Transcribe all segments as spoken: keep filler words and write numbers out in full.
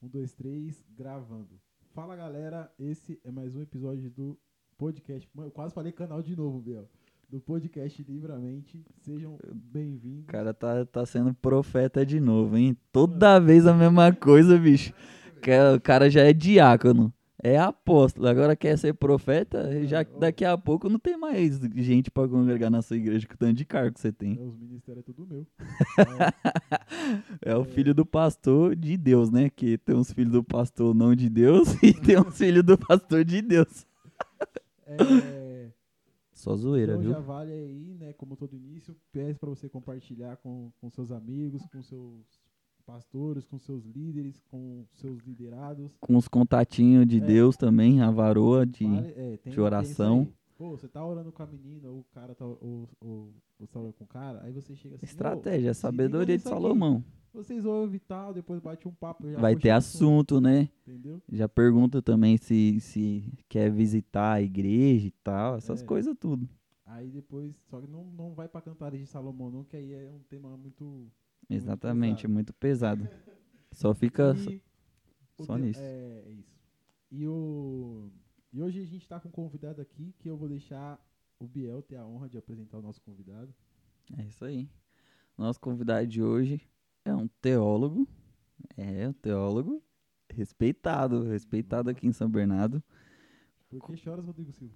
Um, dois, três, gravando. Fala, galera, esse é mais um episódio do podcast. Mano, eu quase falei canal de novo, Biel. Do podcast Livramente. Sejam bem-vindos. O cara tá, tá sendo profeta de novo, hein? Toda Mano, vez a mesma coisa, bicho. O cara já é diácono, é apóstolo. Agora quer ser profeta, Mano, já daqui a pouco não tem mais gente pra congregar na sua igreja com o tanto de cargo que você tem. Os ministérios é tudo meu. É, é o filho do pastor de Deus, né? Que tem uns filhos do pastor não de Deus e tem uns filhos do pastor de Deus. É... Só zoeira, então, viu? Já vale aí, né? Como todo início, peço pra você compartilhar com, com seus amigos, com seus pastores, com seus líderes, com seus liderados. Com os contatinhos de é. Deus também, a varoa de, vale, é, tem, de oração. Pô, você tá orando com a menina, ou o cara tá, ou, ou, ou tá orando com o cara, aí você chega assim... Estratégia, oh, sabedoria de Salomão. Aqui. Vocês ouvem e tal, depois bate um papo. Já vai ter assunto, assunto, né? Entendeu? Já pergunta também se, se quer visitar a igreja e tal, essas é. coisas tudo. Aí depois, só que não, não vai pra Cantares de Salomão não, que aí é um tema muito... Exatamente, muito pesado. muito pesado. Só fica e só, só te, nisso. É, é isso. E, o, e hoje a gente tá com um convidado aqui, que eu vou deixar o Biel ter a honra de apresentar o nosso convidado. É isso aí. Nosso convidado de hoje é um teólogo, é um teólogo respeitado, respeitado aqui em São Bernardo. Por que choras, Rodrigo Silva?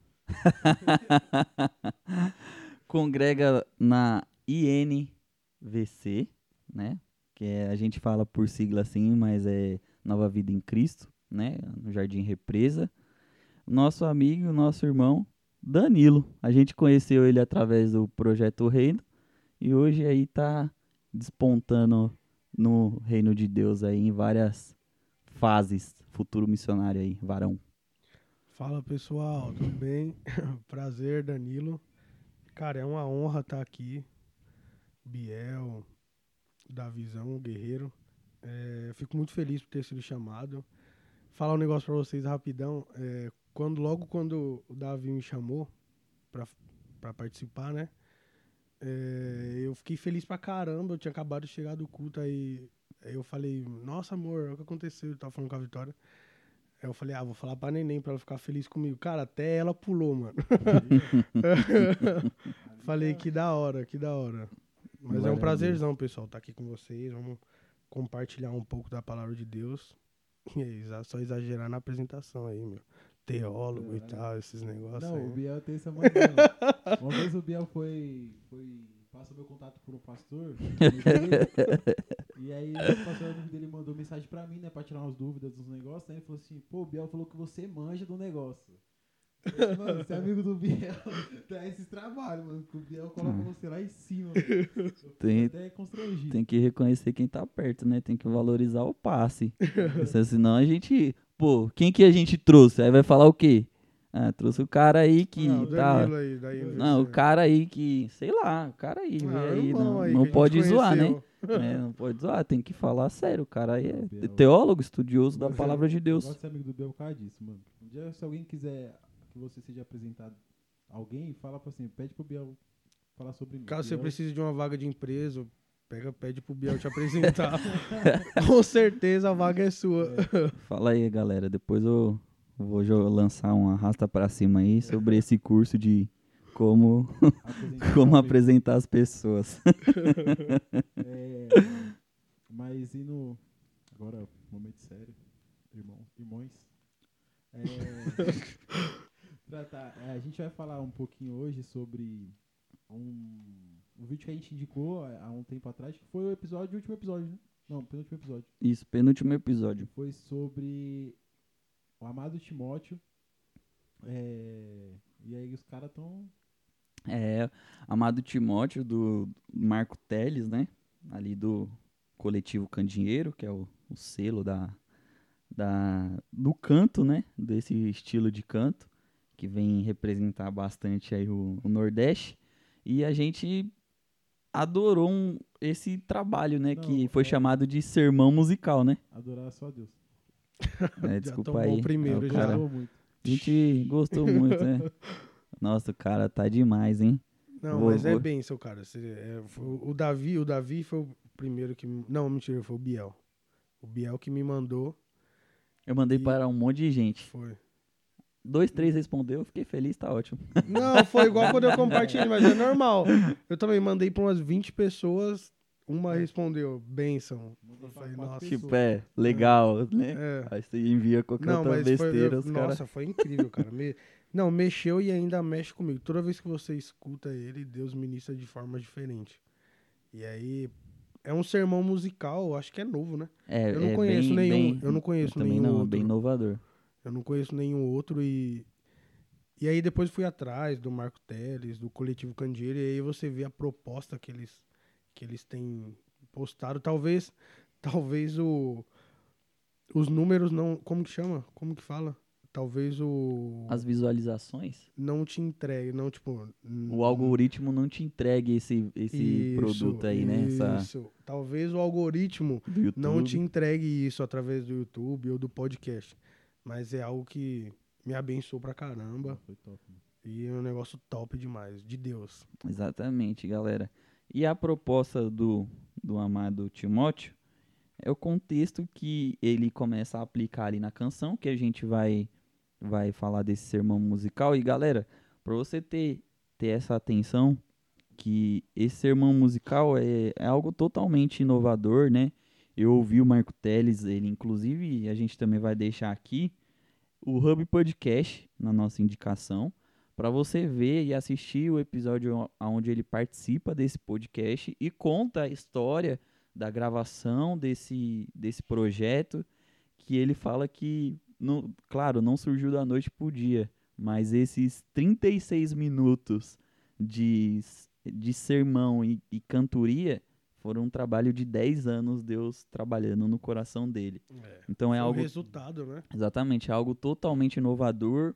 Congrega na I N V C, né? Que é, a gente fala por sigla assim, mas é Nova Vida em Cristo, né? No Jardim Represa. Nosso amigo, nosso irmão Danilo. A gente conheceu ele através do Projeto Reino e hoje aí tá despontando no Reino de Deus aí em várias fases. Futuro missionário aí, varão. Fala pessoal, tudo bem? Prazer, Danilo. Cara, é uma honra estar aqui. Biel, Davizão, Guerreiro. É, fico muito feliz por ter sido chamado. Falar um negócio pra vocês rapidão. É, quando, logo quando o Davi me chamou pra, pra participar, né? É, eu fiquei feliz pra caramba. Eu tinha acabado de chegar do culto, aí, aí eu falei, nossa amor, o que aconteceu? Eu tava falando com a Vitória. Aí eu falei, ah, vou falar pra neném pra ela ficar feliz comigo. Cara, até ela pulou, mano. Falei, que da hora, que da hora. Mas Glória é um prazerzão, pessoal, estar tá aqui com vocês. Vamos compartilhar um pouco da palavra de Deus. E é só exagerar na apresentação aí, meu. Teólogo é, e tal, esses negócios. Não, aí. o Biel tem essa mania. Uma vez o Biel foi... foi passou meu contato por um pastor. E aí o pastor dele mandou mensagem pra mim, né? Pra tirar umas dúvidas dos negócios. Aí ele falou assim, pô, o Biel falou que você manja do negócio. Falei, mano, você é amigo do Biel, dá esses trabalhos, mano. Que o Biel coloca ah. você lá em cima. Tem, até constrangido. Tem que reconhecer quem tá perto, né? Tem que valorizar o passe. Senão a gente... Pô, quem que a gente trouxe? Aí vai falar o quê? Ah, trouxe o cara aí que não, tá... Aí, daí não, o cara aí que... Sei lá, o cara aí. Ah, aí não aí, não pode zoar, conheceu. né? É, não pode zoar, tem que falar sério. O cara aí é Biel, teólogo, estudioso da palavra de Deus. Eu gosto de ser amigo do Biel por causa disso, mano. Um dia, se alguém quiser que você seja apresentado a alguém, fala pra assim, pede pro Biel falar sobre mim. Caso Biel... você precise de uma vaga de empresa, pega, pede pro Biel te apresentar. Com certeza a vaga é sua. É. Fala aí, galera. Depois eu vou lançar um arrasta pra cima aí sobre esse curso de como, como apresentar as pessoas. É, mas e no... Agora, momento sério. Irmão, irmãos. É, tá, tá, a gente vai falar um pouquinho hoje sobre um, um vídeo que a gente indicou há um tempo atrás, que foi o episódio, o último episódio, né? Não, penúltimo episódio. Isso, penúltimo episódio. Foi sobre o amado Timóteo. É, e aí os caras tão... É, amado Timóteo, do Marco Teles, né? Ali do Coletivo Candinheiro, que é o, o selo da, da, do canto, né? Desse estilo de canto, que vem representar bastante aí o, o Nordeste. E a gente adorou um, esse trabalho, né? Não, que foi é... chamado de sermão musical, né? Adorar só Deus. É, desculpa já aí. Primeiro, é, já. Cara, muito. A gente gostou muito, né? Nossa, o cara tá demais, hein? Não, vou, mas vou... é bem, seu cara. É, o, o Davi, o Davi foi o primeiro que... Não, mentira, foi o Biel. O Biel que me mandou Eu mandei E- para um monte de gente. Foi. Dois, três respondeu, fiquei feliz, tá ótimo. Não, foi igual quando eu compartilhei, mas é normal. Eu também mandei pra umas vinte pessoas, uma respondeu, bênção. Eu falei, nossa. Tipo, é, legal, né? É. Aí você envia qualquer Não, outra mas foi, besteira, eu- os caras... nossa, foi incrível, cara. Me- não, mexeu e ainda mexe comigo. Toda vez que você escuta ele, Deus ministra de forma diferente. E aí, é um sermão musical, eu acho que é novo, né? É, Eu não é conheço bem, nenhum, bem- eu não conheço também nenhum não, é outro. bem inovador. Eu não conheço nenhum outro e e aí depois fui atrás do Marco Teles, do Coletivo Candeeiro, e aí você vê a proposta que eles que eles têm postado, talvez talvez o os números não, como que chama? Como que fala? Talvez o As visualizações, não te entregue, não tipo n- o algoritmo não te entregue esse, esse isso, produto aí, né? Essa, Isso. Talvez o algoritmo do YouTube. não te entregue isso através do YouTube ou do podcast, mas é algo que me abençoou pra caramba. Foi top, mano. E é um negócio top demais, de Deus. Exatamente, galera. E a proposta do, do amado Timóteo é o contexto que ele começa a aplicar ali na canção, que a gente vai, vai falar desse sermão musical. E galera, para você ter, ter essa atenção, que esse sermão musical é, é algo totalmente inovador, né? Eu ouvi o Marco Teles, ele inclusive, a gente também vai deixar aqui o Hub Podcast na nossa indicação, para você ver e assistir o episódio onde ele participa desse podcast e conta a história da gravação desse, desse projeto, que ele fala que, não, claro, não surgiu da noite pro dia, mas esses trinta e seis minutos de, de sermão e, e cantoria foram um trabalho de dez anos, Deus trabalhando no coração dele. É. Então é Foi algo... o resultado, né? Exatamente, é algo totalmente inovador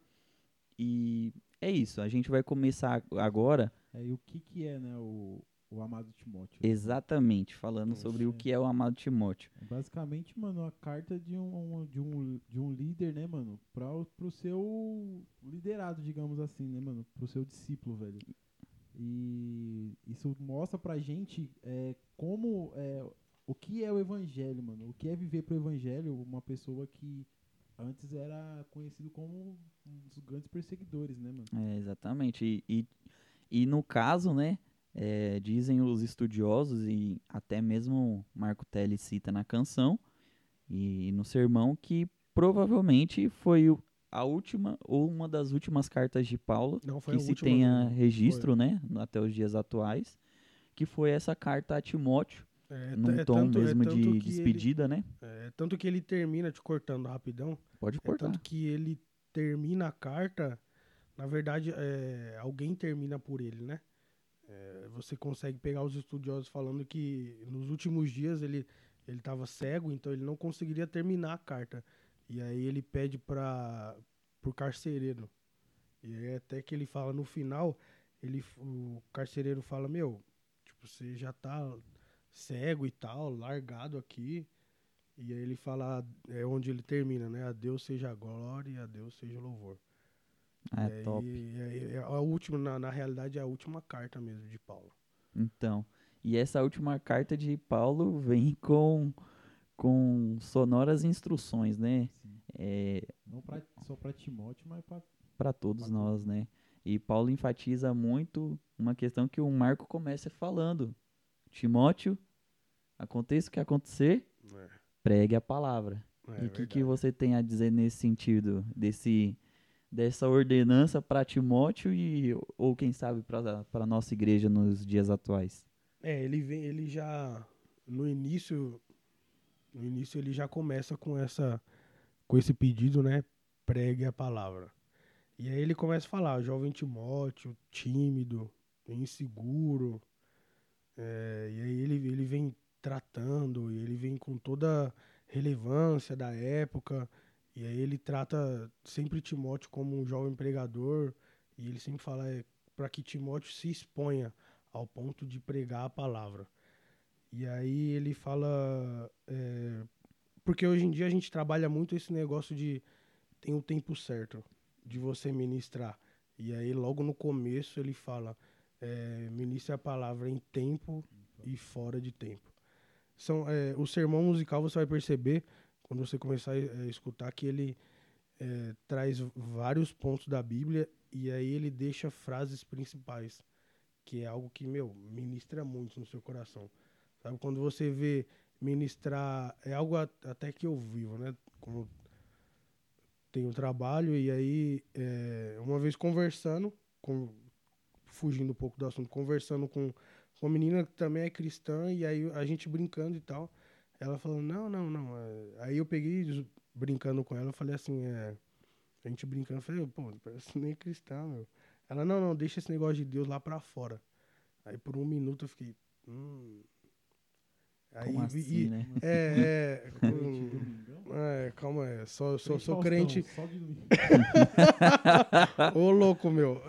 e é isso. A gente vai começar agora, É, e o que que é, né, o, o amado Timóteo? exatamente, falando Nossa, sobre o é. que é o amado Timóteo. É basicamente, mano, a carta de um, de um, de um líder, né, mano, pra, o- pro seu liderado, digamos assim, né, mano, pro seu discípulo, velho. E isso mostra pra gente é, como, é, o que é o evangelho, mano, o que é viver pro evangelho, uma pessoa que antes era conhecido como um dos grandes perseguidores, né, mano? É, exatamente. E, e, e no caso, né, é, dizem os estudiosos e até mesmo Marco Teles cita na canção e no sermão que provavelmente foi o- a última ou uma das últimas cartas de Paulo Não foi que a se última, tenha não. registro, né, até os dias atuais, que foi essa carta a Timóteo, É, num é tom tanto, mesmo é tanto de que despedida, né? Ele, é tanto que ele termina, te cortando rapidão, Pode é cortar. tanto que ele termina a carta, na verdade, é, alguém termina por ele, né? É, você consegue pegar os estudiosos falando que nos últimos dias ele ele estava cego, então ele não conseguiria terminar a carta. E aí ele pede para pro carcereiro. E aí até que ele fala no final, ele o carcereiro fala: "Meu, tipo, você já tá cego e tal, largado aqui". E aí ele fala, é onde ele termina, né? A Deus seja a glória e a Deus seja o louvor. É e aí, top. e aí é a última, na, na realidade, é a última carta mesmo de Paulo. Então, e essa última carta de Paulo vem com, com sonoras instruções, né? Sim. É, Não pra, só pra Timóteo, mas pra... para todos Pra nós, todos. né? E Paulo enfatiza muito uma questão que o Marco começa falando. Timóteo, aconteça o que acontecer, É, pregue a palavra. é e o que, que verdade. você tem a dizer nesse sentido? Desse, dessa ordenança para Timóteo e, ou quem sabe, para a nossa igreja nos dias atuais? É, ele vem, ele já no início, no início ele já começa com essa, com esse pedido, né? Pregue a palavra. E aí ele começa a falar, jovem Timóteo, tímido, inseguro. É, e aí ele, ele vem tratando, e ele vem com toda a relevância da época. E aí ele trata sempre Timóteo como um jovem pregador. E ele sempre fala é, para que Timóteo se exponha ao ponto de pregar a palavra. E aí ele fala. É, porque hoje em dia a gente trabalha muito esse negócio de tem o tempo certo de você ministrar. E aí logo no começo ele fala, é, ministre a palavra em tempo e fora de tempo. São, é, o sermão musical você vai perceber, quando você começar a, a escutar, que ele é, traz vários pontos da Bíblia e aí ele deixa frases principais, que é algo que, meu, ministra muito no seu coração. Sabe, quando você vê ministrar, é algo a, até que eu vivo, né? Como tenho trabalho e aí, é, uma vez conversando, com, fugindo um pouco do assunto, conversando com uma menina que também é cristã e aí a gente brincando e tal, ela falou, não, não, não. É... Aí eu peguei, brincando com ela, eu falei assim, é... a gente brincando, eu falei, pô, parece nem cristã, meu. Ela, não, não, deixa esse negócio de Deus lá pra fora. Aí por um minuto eu fiquei, hum... Aí, Como assim, e, né? É, é, Crente com- domingão? é, calma aí, sou, sou, Crente sou Faustão, crente, Só de domingo. ô louco, meu.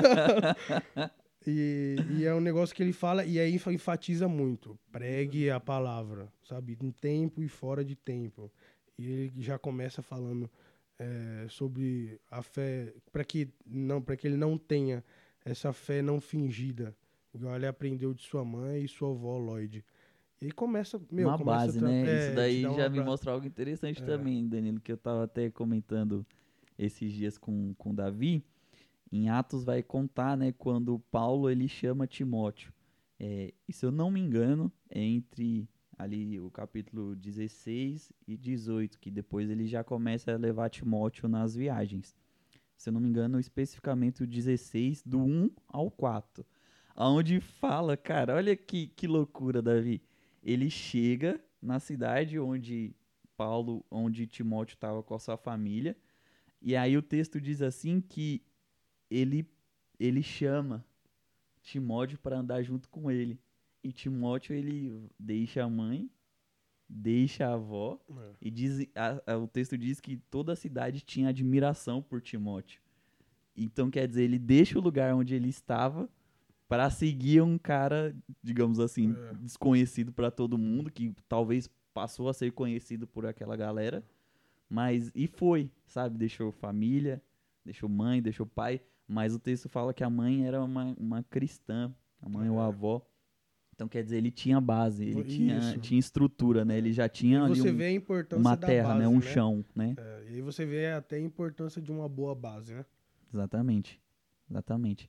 E, e é um negócio que ele fala, e aí enfa- enfatiza muito. Pregue a palavra, sabe? Em tempo e fora de tempo. E ele já começa falando é, sobre a fé, para que não, para que ele não tenha essa fé não fingida, igual ele aprendeu de sua mãe e sua avó Lloyd. E aí começa, meu, Uma começa base, a tra- né? Isso é, te daí dá já uma me bra- mostra algo interessante É. também, Danilo, que eu tava até comentando esses dias com, com o Davi. Em Atos vai contar, né, quando Paulo ele chama Timóteo. É, e se eu não me engano, é entre ali o capítulo dezesseis e dezoito, que depois ele já começa a levar Timóteo nas viagens. Se eu não me engano, especificamente o dezesseis, do um ao quatro. Onde fala, cara, olha que, que loucura, Davi. Ele chega na cidade onde Paulo, onde Timóteo estava com a sua família, e aí o texto diz assim que ele, ele chama Timóteo para andar junto com ele. E Timóteo, ele deixa a mãe, deixa a avó, É. e diz, a- a- o texto diz que toda a cidade tinha admiração por Timóteo. Então, quer dizer, ele deixa o lugar onde ele estava para seguir um cara, digamos assim, É. desconhecido para todo mundo, que talvez passou a ser conhecido por aquela galera, mas e foi, sabe? Deixou família, deixou mãe, deixou pai, mas o texto fala que a mãe era uma, uma cristã, a mãe ou a É. avó. Então, quer dizer, ele tinha base, ele tinha, Isso. tinha estrutura, né? Ele já E aí tinha ali você um- vê a importância uma da terra, base, né? Um né? chão, né? É, e aí você vê até a importância de uma boa base, né? Exatamente. Exatamente.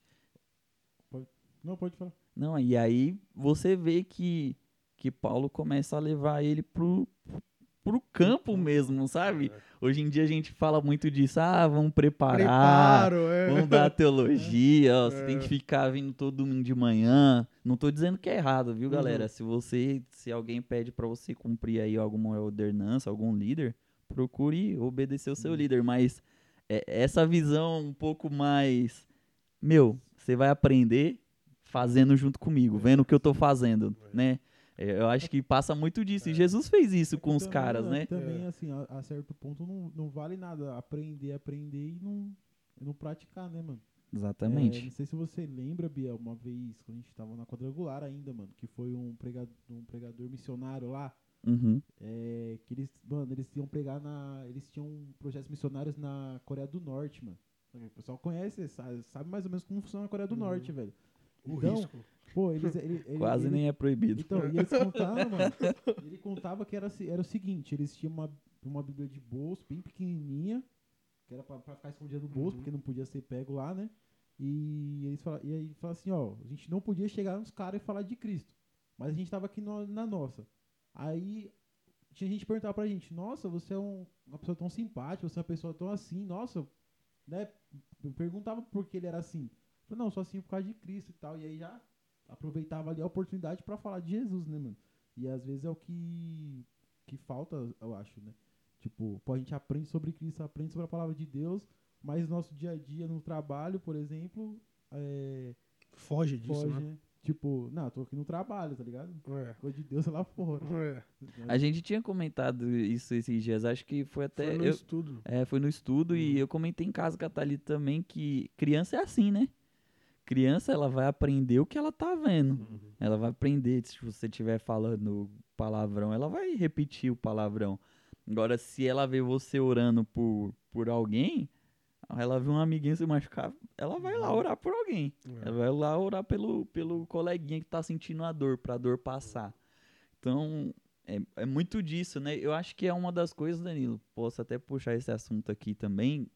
Não, pode falar. Não, e aí você vê que, que Paulo começa a levar ele pro, pro campo mesmo, sabe? É. Hoje em dia a gente fala muito disso, ah, vamos preparar, Preparo, é. vamos dar teologia, ó, você É. tem que ficar vindo todo domingo de manhã. Não tô dizendo que é errado, viu, galera? Uhum. Se você, se alguém pede pra você cumprir aí alguma ordenança, algum líder, procure obedecer o seu Sim. líder, mas é, essa visão um pouco mais, meu, você vai aprender fazendo junto comigo, vendo o que eu tô fazendo, né? É, eu acho que passa muito disso. E Jesus fez isso É que com os também, caras, é, né? Também, É. assim, a, a certo ponto não, não vale nada aprender, aprender e não, e não praticar, né, mano? É, Exatamente. não sei se você lembra, Bia, uma vez, quando a gente tava na quadrangular ainda, mano, que foi um pregador, um pregador missionário lá, Uhum. é, que eles, mano, eles iam pregar na, eles tinham projetos missionários na Coreia do Norte, mano. O pessoal conhece, sabe, sabe mais ou menos como funciona a Coreia do Uhum. Norte, velho. O Então, risco. Pô, eles, ele, ele, Quase ele, nem é proibido. Então, e eles contavam, mano, ele contava que era, se- era o seguinte, eles tinham uma, uma bíblia de bolso, bem pequenininha, que era pra, pra ficar escondida no bolso, Uhum. porque não podia ser pego lá, né? E eles fala, e aí fala assim, ó, a gente não podia chegar nos caras e falar de Cristo, mas a gente tava aqui no- na nossa. Aí tinha gente que perguntava pra gente, nossa, você é um- uma pessoa tão simpática, você é uma pessoa tão assim, nossa, né? Perguntava por que ele era assim. Eu falei, não, sou assim por causa de Cristo e tal. E aí já aproveitava ali a oportunidade pra falar de Jesus, né, mano? E às vezes é o que, que falta, eu acho, né? Tipo, pô, a gente aprende sobre Cristo, aprende sobre a palavra de Deus, mas no nosso dia a dia, no trabalho, por exemplo, é, Foge disso, foge, né? né? Tipo, não, tô aqui no trabalho, tá ligado? É. Coisa de Deus é lá fora. É. A gente tinha comentado isso esses dias, acho que foi até. Foi no eu- estudo. É, foi no estudo e Uhum. eu comentei em casa com a Thalita também que criança é assim, né? Criança, ela vai aprender o que ela tá vendo. Uhum. Ela vai aprender, se você estiver falando palavrão, ela vai repetir o palavrão. Agora, se ela vê você orando por, por alguém, ela vê um amiguinho se machucar, ela vai lá orar por alguém. É. Ela vai lá orar pelo, pelo coleguinha que tá sentindo a dor, pra dor passar. Então, é, é muito disso, né? Eu acho que é uma das coisas, Danilo, posso até puxar esse assunto aqui também,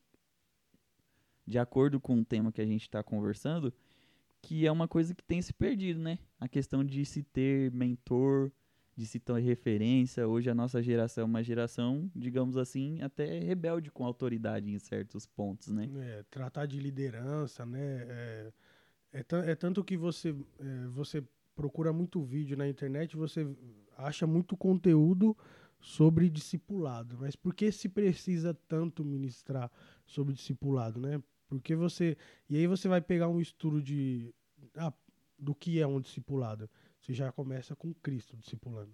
de acordo com o tema que a gente está conversando, que é uma coisa que tem se perdido, né? A questão de se ter mentor, de se ter referência. Hoje a nossa geração é uma geração, digamos assim, até rebelde com a autoridade em certos pontos, né? É, tratar de liderança, né? É, é, tan- é tanto que você, é, você procura muito vídeo na internet, você acha muito conteúdo sobre discipulado. Mas por que se precisa tanto ministrar sobre discipulado, né? Porque você. E aí você vai pegar um estudo de ah, do que é um discipulado. Você já começa com Cristo discipulando.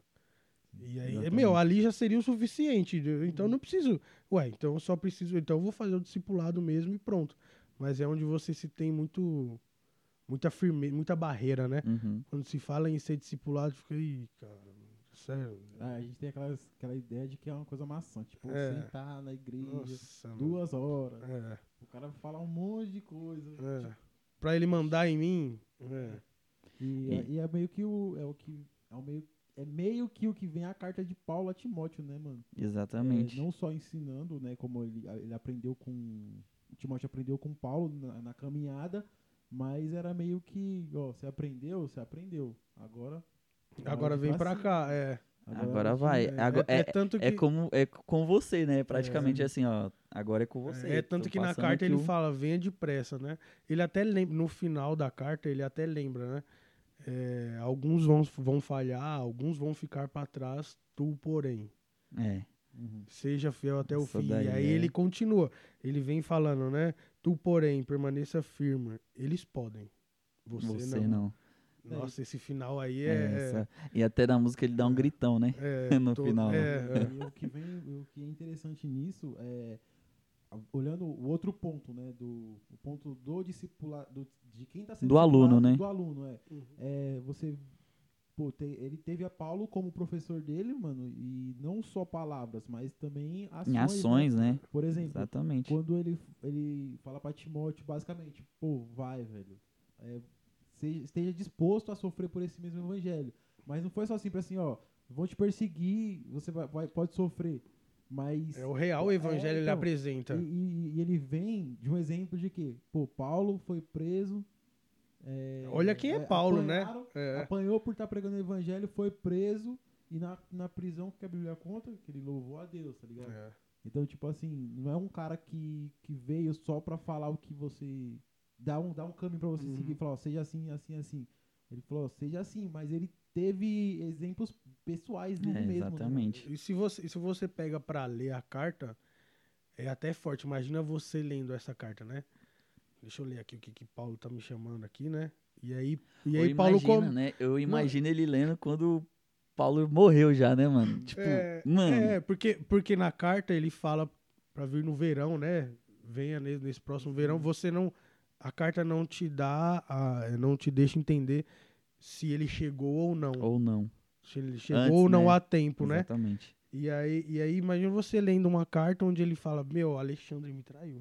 E aí, Exatamente. meu, ali já seria o suficiente. Então eu não preciso. Ué, então eu só preciso. Então eu vou fazer o discipulado mesmo e pronto. Mas é onde você se tem muito. Muita firmeza, muita barreira, né? Uhum. Quando se fala em ser discipulado, fica aí, cara. Sério. Ah, a gente tem aquela, aquela ideia de que é uma coisa maçante. Tipo, É. sentar na igreja Nossa, mano. duas horas. É, O cara vai falar um monte de coisa. é. tipo, Pra ele mandar em mim. É. e, é, e é meio que o. É o que. É, o meio, é meio que o que vem a carta de Paulo a Timóteo, né, mano? Exatamente. É, não só ensinando, né? Como ele, ele aprendeu com. Timóteo aprendeu com Paulo na, na caminhada, mas era meio que, ó, você aprendeu, você aprendeu. Agora. Agora vem pra cima. cá, é. Agora você- vai. É, Agora- é- é, é tanto é que- como é com você, né? Praticamente assim, ó. Agora é com você. É, é tanto Tô que na passando carta aqui ele o- fala, venha depressa, né? Ele até lembra, no final da carta, ele até lembra, né? É, alguns vão, vão falhar, alguns vão ficar pra trás, tu, porém. É. Uhum. Seja fiel até o Isso fim. daí E aí é- ele continua. Ele vem falando, né? Tu, porém, permaneça firme. Eles podem. Você, Você não. não. Nossa, esse final aí É, é. essa- E até na música ele dá um gritão, né? é, no tô- final. é, é. E o que vem, o que é interessante nisso é a- olhando o outro ponto, né, do o ponto do discipulado, do, de quem está sendo Do aluno, discipulado, né? do aluno, é. Uhum. É, você pô, te- ele teve a Paulo como professor dele, mano, e não só palavras, mas também ações, Em ações, né? Por exemplo, Exatamente. quando ele, ele fala pra Timóteo, basicamente, pô, vai, velho. É, seja- esteja disposto a sofrer por esse mesmo evangelho. Mas não foi só assim pra assim, ó, vão te perseguir, você vai, vai- pode sofrer. Mas. É o real evangelho É, ele então, apresenta. E, e- e ele vem de um exemplo de que, pô, Paulo foi preso. é, Olha quem é Paulo, né? apanharam, É. Apanhou por estar pregando o evangelho, foi preso. E na, na prisão, que a Bíblia conta, que ele louvou a Deus, tá ligado? É. Então, tipo assim, não é um cara que, que veio só pra falar o que você. Dá um, dá um caminho pra você Uhum. seguir e falar, ó, seja assim, assim, assim. Ele falou, seja assim, mas ele teve exemplos pessoais dele É, mesmo. né? exatamente. E se você, e se você pega pra ler a carta, é até forte. Imagina você lendo essa carta, né? Deixa eu ler aqui o que, que Paulo tá me chamando aqui, né? E aí, e aí Ou Paulo imagina, com- né? Eu imagino ele lendo quando Paulo morreu já, né, mano? Tipo, É, mano. é, porque, porque na carta ele fala pra vir no verão, né? Venha nesse, nesse próximo verão. Você não. A carta não te dá. A, não te deixa entender se ele chegou ou não. Ou não. Se ele chegou Antes, ou não né? a tempo, né? Exatamente. E aí, e aí, imagina você lendo uma carta onde ele fala: Meu, Alexandre me traiu.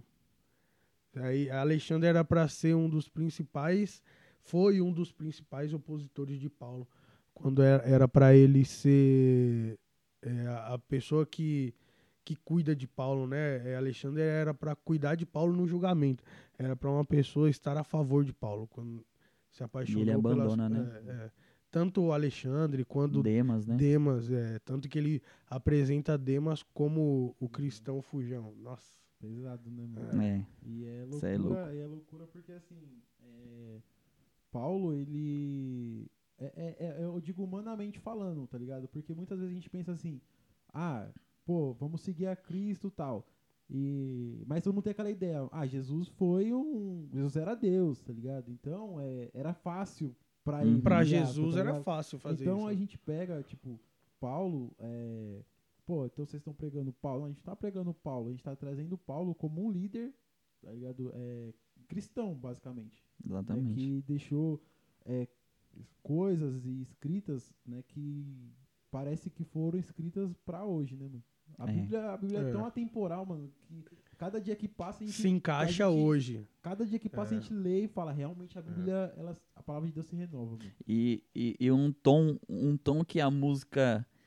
Aí, Alexandre era pra ser um dos principais. Foi um dos principais opositores de Paulo. Quando era, era para ele ser é, a a pessoa que, que cuida de Paulo, né? É, Alexandre era para cuidar de Paulo no julgamento. Era para uma pessoa estar a favor de Paulo quando se apaixonou. E ele abandona, pelas, né? é, é. Tanto o Alexandre quanto Demas, né? Demas, é, tanto que ele apresenta Demas como o cristão fujão. Nossa. Pesado, né, mano? É. E é Cê é loucura, e é loucura porque assim, é, Paulo, ele. É, é- é- eu digo humanamente falando, tá ligado? Porque muitas vezes a gente pensa assim, ah, pô, vamos seguir a Cristo e tal. E, mas todo mundo tem aquela ideia, ah, Jesus foi um. Jesus era Deus, tá ligado? Então é, era fácil pra Uhum. ele. Pra entre aspas, Jesus tá era ligado? fácil fazer então isso. a gente pega, tipo, Paulo, é, pô, então vocês estão pregando Paulo. Não, a gente tá pregando Paulo, a gente tá trazendo Paulo como um líder, tá ligado? É, cristão, basicamente. Né, Exatamente. que deixou é, coisas e escritas, né, que parece que foram escritas pra hoje, né, mano? A É. Bíblia, a Bíblia é. É. tão atemporal, mano, que cada dia que passa a gente... Se encaixa a gente- hoje. Cada dia que passa É. a gente lê e fala, realmente a Bíblia, ela, a palavra de Deus se renova, mano. E, e, e um tom, um tom que a música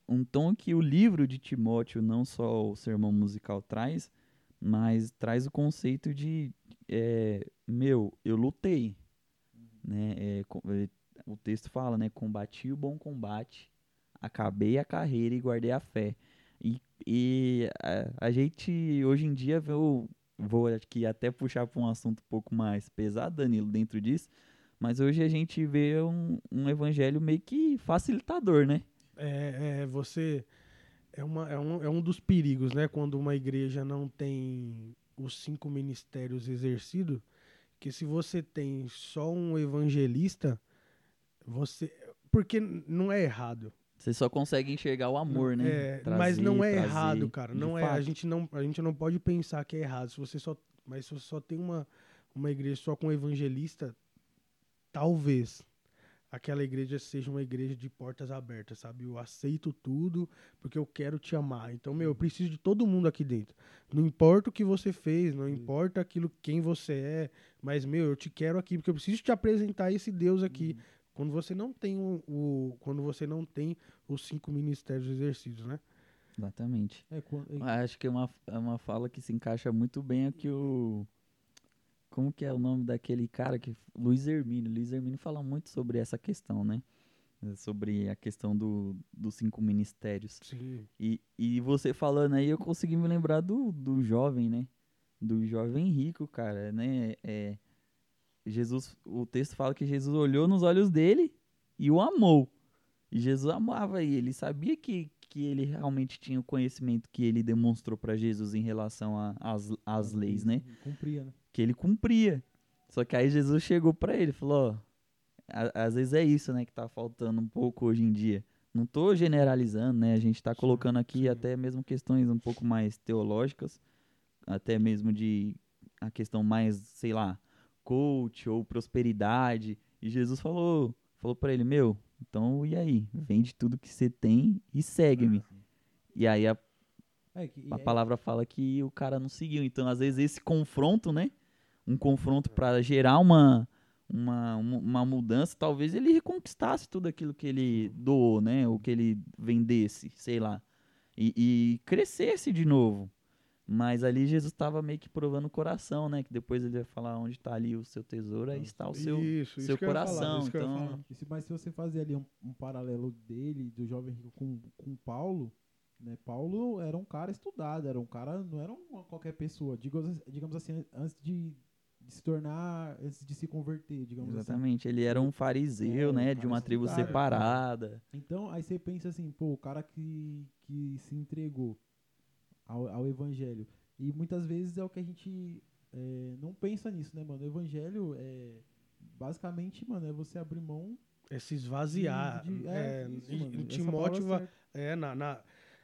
um tom que o livro de Timóteo, não só o sermão musical traz, mas traz o conceito de, é, meu, eu lutei, né? É, co- é, o texto fala, né? Combati o bom combate, acabei a carreira e guardei a fé. E, e a, a gente, hoje em dia, vê o- vou aqui até puxar para um assunto um pouco mais pesado, Danilo, dentro disso, mas hoje a gente vê um, um evangelho meio que facilitador, né? É, é, você é, uma, é, um, é um dos perigos, né? Quando uma igreja não tem os cinco ministérios exercidos, que se você tem só um evangelista, você. Porque n- não é errado. Você só consegue enxergar o Não, amor, né? é, mas não Trazer, é trazer. errado, cara. De Não é, a fato. gente não, a gente não pode pensar que é errado. Se você só, mas se você só tem uma, uma igreja só com evangelista, talvez aquela igreja seja uma igreja de portas abertas, sabe? Eu aceito tudo porque eu quero te amar. Então, meu, eu preciso de todo mundo aqui dentro. Não importa o que você fez, não importa aquilo quem você é, mas meu, eu te quero aqui porque eu preciso te apresentar esse Deus aqui. Quando você não tem o, o quando você não tem os cinco ministérios exercidos, né? Exatamente. É, quando, é, Acho que é uma, é uma fala que se encaixa muito bem aqui o. Como que é o nome daquele cara que. Luiz Hermínio. Luiz Hermínio fala muito sobre essa questão, né? Sobre a questão do, dos cinco ministérios. Sim. E, e você falando aí, eu consegui me lembrar do, do jovem, né? Do jovem rico, cara, né? É, Jesus, o texto fala que Jesus olhou nos olhos dele e o amou. E Jesus amava ele, ele sabia que, que ele realmente tinha o conhecimento que ele demonstrou para Jesus em relação a- às às leis, né? Cumpria, né? Que ele cumpria. Só que aí Jesus chegou para ele e falou, ó, a- às vezes é isso, né, que tá faltando um pouco hoje em dia. Não tô generalizando, né? A gente tá Sim, colocando aqui sim. até mesmo questões um pouco mais teológicas, até mesmo de a questão mais, sei lá, coach ou prosperidade. E Jesus falou, falou para ele, meu, então e aí? Vende tudo que você tem e segue-me. E aí a, É, que, a é, palavra fala que o cara não seguiu. Então, às vezes, esse confronto, né? Um confronto para gerar uma, uma, uma uma mudança, talvez ele reconquistasse tudo aquilo que ele doou, né? Ou que ele vendesse, sei lá. E, e crescesse de novo. Mas ali Jesus estava meio que provando o coração, né? Que depois ele vai falar onde está ali o seu tesouro, aí está o seu, Isso, seu isso que eu ia falar, coração. isso que eu ia Então, falar. E se- mas se você fazer ali um, um paralelo dele, do jovem rico com, com Paulo, né? Paulo era um cara estudado, era um cara, não era uma qualquer pessoa. Digamos, digamos assim, antes de, de se tornar, antes de se converter, digamos assim. exatamente, ele era um fariseu, É, né? um De cara uma tribo estudado, separada. Então, aí você pensa assim, pô, o cara que, que se entregou ao, ao evangelho. E muitas vezes é o que a gente é, não pensa nisso, né, mano? O evangelho é, basicamente, mano, é você abrir mão É se esvaziar. de- de- é, é, isso, e- mano. e Essa Timóteo palavra va- certa. é na, na-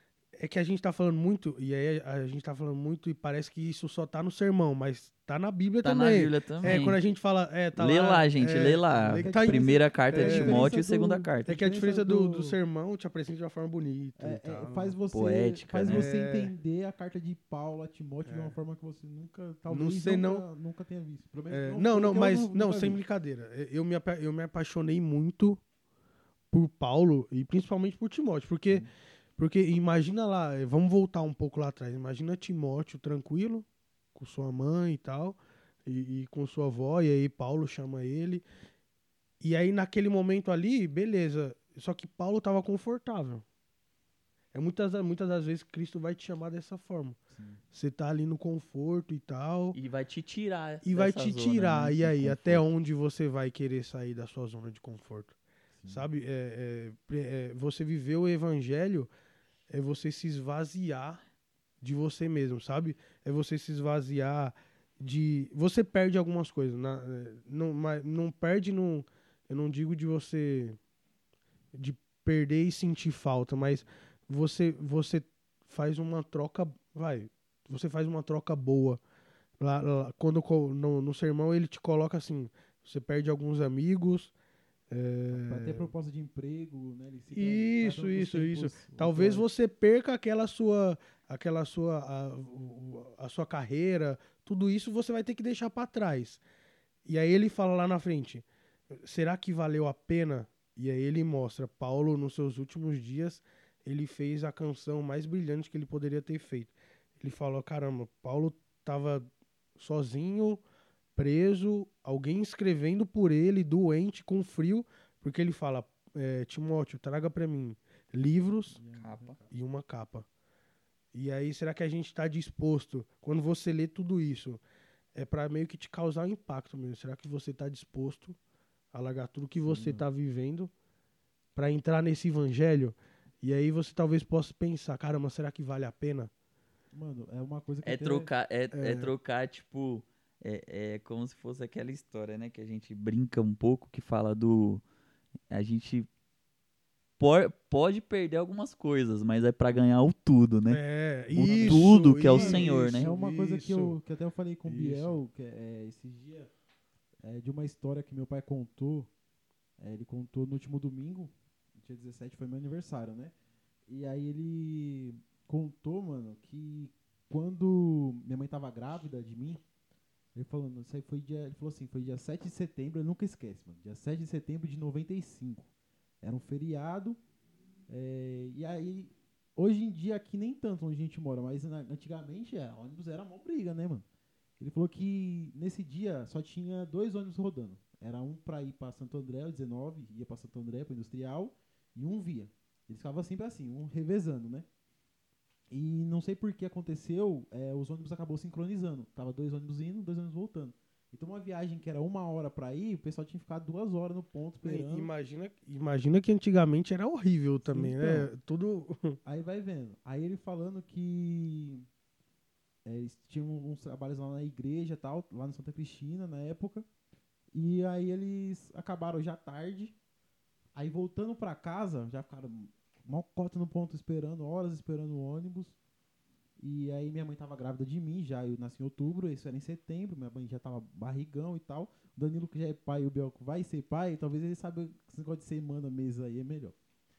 é que a gente tá falando muito, e aí a gente tá falando muito e parece que isso só tá no sermão, mas tá na Bíblia Tá na também. Bíblia É, também. quando a gente fala, é, tá Lê lá, lá, gente, é, lê lá. lê que a tá em- Primeira carta é, de a Timóteo e diferença segunda do- carta. é que a diferença diferença do, do- do sermão te apresenta de uma forma bonita e É, é, tal. faz você, Poética, faz né? você É. entender a carta de Paulo a Timóteo de uma É. forma que você nunca, talvez sei, nunca, não- nunca tenha visto. Pelo menos É, não, não, foi não, que eu mas nu- não, nunca sem vi. brincadeira. Eu me, apa- eu me apaixonei muito por Paulo e principalmente por Timóteo, porque, porque imagina lá, eh, vamos voltar um pouco lá atrás. Imagina Timóteo tranquilo, com sua mãe e tal, e, e com sua avó, e aí Paulo chama ele. E aí naquele momento ali, beleza. Só que Paulo estava confortável. É muitas, muitas das vezes Cristo vai te chamar dessa forma. Sim. Você tá ali no conforto e tal. E vai te tirar. E vai dessa te zona, tirar. né, E de aí, até conforto. onde você vai querer sair da sua zona de conforto? Sim. Sabe? É, é, pre- é, você viver o evangelho é você se esvaziar de você mesmo, sabe? É você se esvaziar de. Você perde algumas coisas. Na, é, não, mas não perde no. Eu não digo de você. De perder e sentir falta, mas você, você faz uma troca. Vai. Você faz uma troca boa. Lá, lá, quando co- no, no sermão ele te coloca assim: você perde alguns amigos. é, Pra ter proposta de emprego, né? Ele cita Isso, tratando dos isso, isso. tempos Talvez atuais. você perca aquela sua, aquela sua, a, o- a sua carreira, tudo isso você vai ter que deixar para trás. E aí ele fala lá na frente: será que valeu a pena? E aí ele mostra Paulo nos seus últimos dias ele fez a canção mais brilhante que ele poderia ter feito. Ele falou, caramba, Paulo tava sozinho, preso, alguém escrevendo por ele, doente, com frio, porque ele fala, é, Timóteo, traga pra mim livros Capa. e uma capa. E aí, será que a gente tá disposto, quando você lê tudo isso, é pra meio que te causar um impacto mesmo? Será que você tá disposto a largar tudo que você Sim, tá vivendo pra entrar nesse evangelho? E aí você talvez possa pensar, caramba, será que vale a pena? Mano, é uma coisa que É até- trocar, é, é. É. trocar, tipo, é, é como se fosse aquela história, né? Que a gente brinca um pouco, que fala do... A gente po- pode perder algumas coisas, mas é pra ganhar o tudo, né? É, O isso, tudo que é o isso, Senhor, né? É uma coisa que, isso. eu, que até eu falei com o Isso. Biel, que é, é, esses dias, é, de uma história que meu pai contou. É, ele contou no último domingo, dia dezessete, foi meu aniversário, né? E aí ele contou, mano, que quando minha mãe tava grávida de mim, ele falou, isso aí foi dia, ele falou assim, foi dia sete de setembro, eu nunca esqueço, mano, dia sete de setembro de noventa e cinco. Era um feriado, é, e aí, hoje em dia aqui nem tanto onde a gente mora, mas na- antigamente é, ônibus era mó briga, né, mano? Ele falou que nesse dia só tinha dois ônibus rodando. Era um pra ir pra Santo André, o dezenove, ia pra Santo André, pro Industrial, e um via. Eles ficavam sempre assim, um revezando, né? E não sei por que aconteceu, é, os ônibus acabou sincronizando. Tava dois ônibus indo, dois ônibus voltando. Então uma viagem que era uma hora pra ir, o pessoal tinha que ficar duas horas no ponto esperando. Imagina, imagina que antigamente era horrível também, então. né? Tudo. Aí vai vendo. Aí ele falando que é, eles tinham uns trabalhos lá na igreja e tal, lá no Santa Cristina, na época. E aí eles acabaram já tarde. Aí voltando pra casa, já ficaram mal cota no ponto esperando, horas esperando o ônibus. E aí minha mãe tava grávida de mim, já eu nasci em outubro, isso era em setembro, minha mãe já tava barrigão e tal. O Danilo, que já é pai, e o Bielco vai ser pai, talvez ele saiba que esse negócio de semana, mês aí é melhor.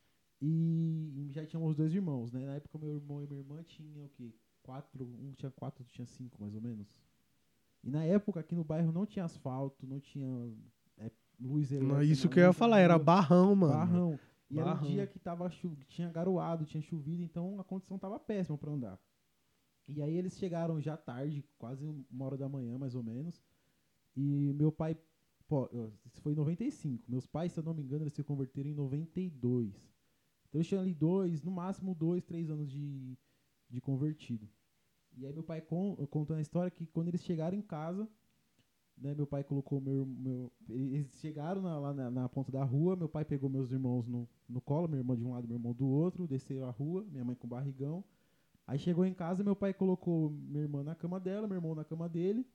E já tínhamos os dois irmãos, né? Na época meu irmão e minha irmã tinham o quê? Quatro, um tinha quatro, outro tinha cinco, mais ou menos. E na época aqui no bairro não tinha asfalto, não tinha é, luz elétrica. Não, isso não, que eu ia luz falar, na era rua, barrão, mano. barrão. E era um Barrão. dia que tava chu- que tinha garoado, tinha chovido, então a condição tava péssima pra andar. E aí eles chegaram já tarde, quase uma hora da manhã, mais ou menos. E meu pai, pô, isso foi em noventa e cinco. Meus pais, se eu não me engano, eles se converteram em noventa e dois. Então eles tinham ali dois, no máximo dois, três anos de, de convertido. E aí meu pai con, contando a história que quando eles chegaram em casa, né, meu pai colocou meu, meu eles chegaram na, lá na, na ponta da rua, meu pai pegou meus irmãos no, no colo, meu irmão de um lado, meu irmão do outro, desceu a rua, minha mãe com barrigão. Aí chegou em casa, meu pai colocou minha irmã na cama dela, meu irmão na cama dele,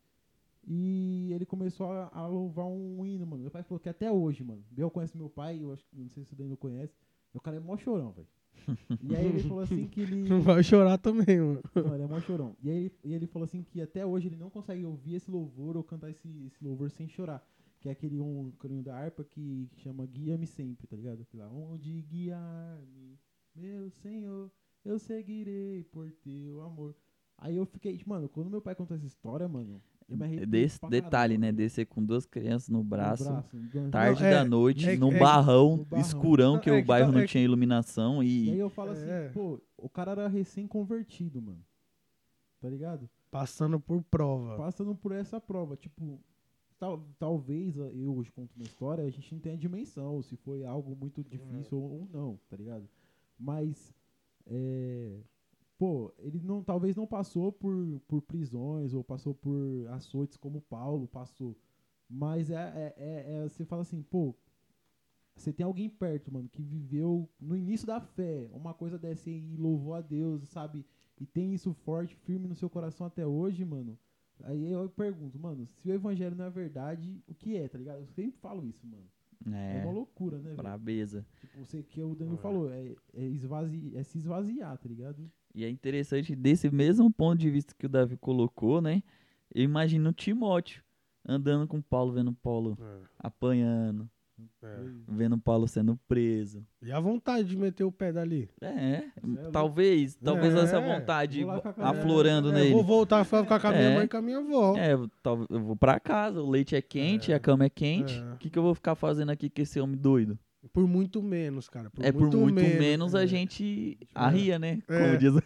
e ele começou a, a louvar um hino, mano. Meu pai falou que até hoje, mano, Biel conhece meu pai, eu acho que não sei se o Danilo conhece, meu cara é mó chorão, velho. E aí ele falou assim que ele... Não vai chorar também, mano. Não, ele é mó chorão. E aí ele, e ele falou assim que até hoje ele não consegue ouvir esse louvor ou cantar esse, esse louvor sem chorar. Que é aquele um carinho da harpa que, que chama Guia-me Sempre, tá ligado? Aquele lá, onde guiar-me, meu Senhor, eu seguirei por teu amor. Aí eu fiquei, tipo, mano, quando meu pai contou essa história, mano, eu me arrepiei Desse, pra detalhe, caramba, né? velho. Descer com duas crianças no No braço, no- tarde Não, é, da noite, é- num é- barrão, no barrão. escurão, Não, que é o que bairro tá- não é tinha iluminação E aí e... eu falo É. assim, pô, o cara era recém-convertido, mano. Tá ligado? Passando por prova. Passando por essa prova, tipo, tal, talvez eu hoje conto uma história, a gente não tem a dimensão, se foi algo muito difícil ou, ou não, tá ligado? Mas, é, pô, ele não, talvez não passou por, por prisões ou passou por açoites como Paulo passou, mas é, é, é, é, você fala assim, pô, você tem alguém perto, mano, que viveu no início da fé, uma coisa dessa e louvou a Deus, sabe? E tem isso forte, firme no seu coração até hoje, mano. Aí eu pergunto, mano, se o evangelho não é verdade, o que é, tá ligado? Eu sempre falo isso, mano. É, É, uma loucura, né, velho? brabeza. Tipo, você que o Danilo É. falou, é, é, esvazi, é se esvaziar, tá ligado? E é interessante, desse mesmo ponto de vista que o Davi colocou, né? Eu imagino o Timóteo andando com Paulo, vendo Paulo É, apanhando, é. vendo Paulo sendo preso. E a vontade de meter o pé dali? É, Você é talvez, talvez É. essa vontade Vou lá ficar com a- aflorando É, nele. eu vou voltar a ficar com a minha É. mãe e com a minha avó. É, eu, talvez, eu vou pra casa, o leite é quente, É. a cama é quente. É. O que, que eu vou ficar fazendo aqui com esse homem doido? por muito menos, cara. Por é muito por muito menos, menos, a é. gente arria, né? É. Como diz.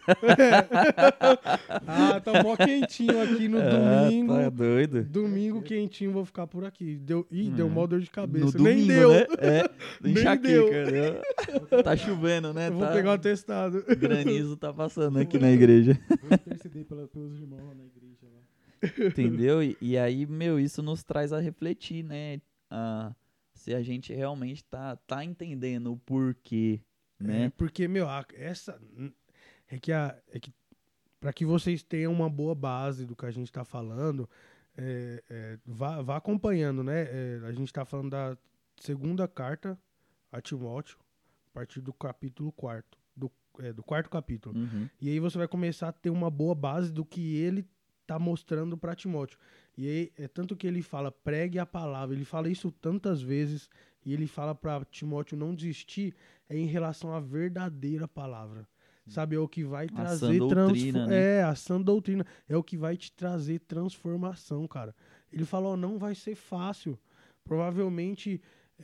Ah, tá mó quentinho aqui no Ah, domingo. tá doido. Domingo quentinho, vou ficar por aqui. Deu, ih, É. deu mó dor de No cabeça. domingo, Nem deu. né? É, Nem enxaqueca. Né? Tá chovendo, né? Eu vou Tá- pegar o atestado. Granizo tá passando aqui na igreja. Vou interceder pela, pelos irmãos lá na igreja. Lá. Entendeu? E, e aí, meu, isso nos traz a refletir, né? Ah, se a gente realmente tá, tá entendendo o porquê, É, né? porque, meu, a- essa. É que, a, é que para que vocês tenham uma boa base do que a gente tá falando, é, é, vá, vá acompanhando, né? É, a gente tá falando da segunda carta a Timóteo, a partir do capítulo quarto. Do, é, do quarto capítulo. Uhum. E aí você vai começar a ter uma boa base do que ele tá mostrando para Timóteo. E aí, é tanto que ele fala, pregue a palavra. Ele fala isso tantas vezes e ele fala para Timóteo não desistir é em relação à verdadeira palavra. Sabe, é o que vai A trazer sã doutrina, transformação. né? É, a sã doutrina. É o que vai te trazer transformação, cara. Ele falou, não vai ser fácil. Provavelmente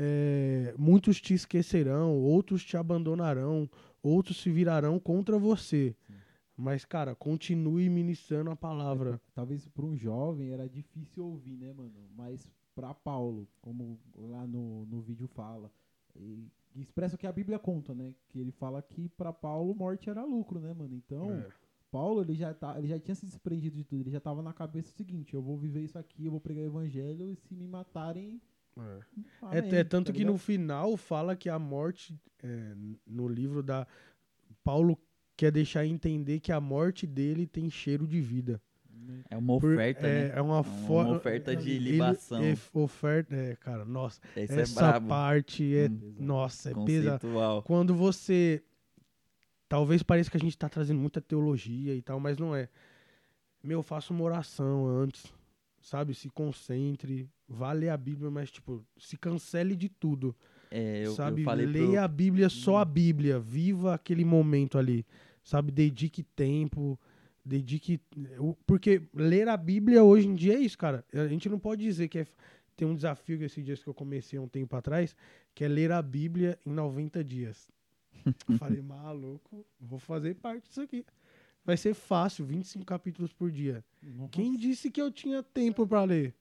é, muitos te esquecerão, outros te abandonarão, outros se virarão contra você. Sim. Mas, cara, continue ministrando a palavra. Talvez para um jovem era difícil ouvir, né, mano? Mas para Paulo, como lá no, no vídeo fala, e, e expressa o que a Bíblia conta, né? Que ele fala que para Paulo morte era lucro, né, mano? Então, É. Paulo, ele já, tá, ele já tinha se desprendido de tudo. Ele já tava na cabeça o seguinte, eu vou viver isso aqui, eu vou pregar o evangelho e se me matarem... É. amém, É, é tanto tá que ligado? no final fala que a morte, é, no livro da... Paulo quer deixar entender que a morte dele tem cheiro de vida. Né? É uma Por- oferta, é, né? é uma, É fo- uma oferta de ele- libação. é oferta, é, cara, nossa, Isso é essa brabo. parte é, Hum, nossa, é pesada. Conceitual. Quando você, talvez pareça que a gente tá trazendo muita teologia e tal, mas não é. Meu, faça uma oração antes, sabe? Se concentre, vá ler a Bíblia, mas tipo, se cancele de tudo. É, eu, Sabe, eu falei leia pro... a Bíblia, só a Bíblia, viva aquele momento ali, sabe, dedique tempo, dedique, o- porque ler a Bíblia hoje em dia é isso, cara, a gente não pode dizer que é, tem um desafio esses dias que eu comecei há um tempo atrás, que é ler a Bíblia em noventa dias. Eu falei, maluco, vou fazer parte disso aqui. Vai ser fácil, vinte e cinco capítulos por dia. Nossa. Quem disse que eu tinha tempo pra ler?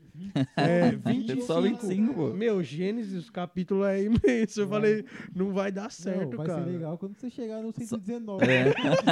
É, vinte e Só vinte e cinco, pô. Meu, Gênesis, o capítulo é imenso. Eu falei, não vai dar certo, Não, vai cara. ser legal quando você chegar no cento e Só- dezenove. É.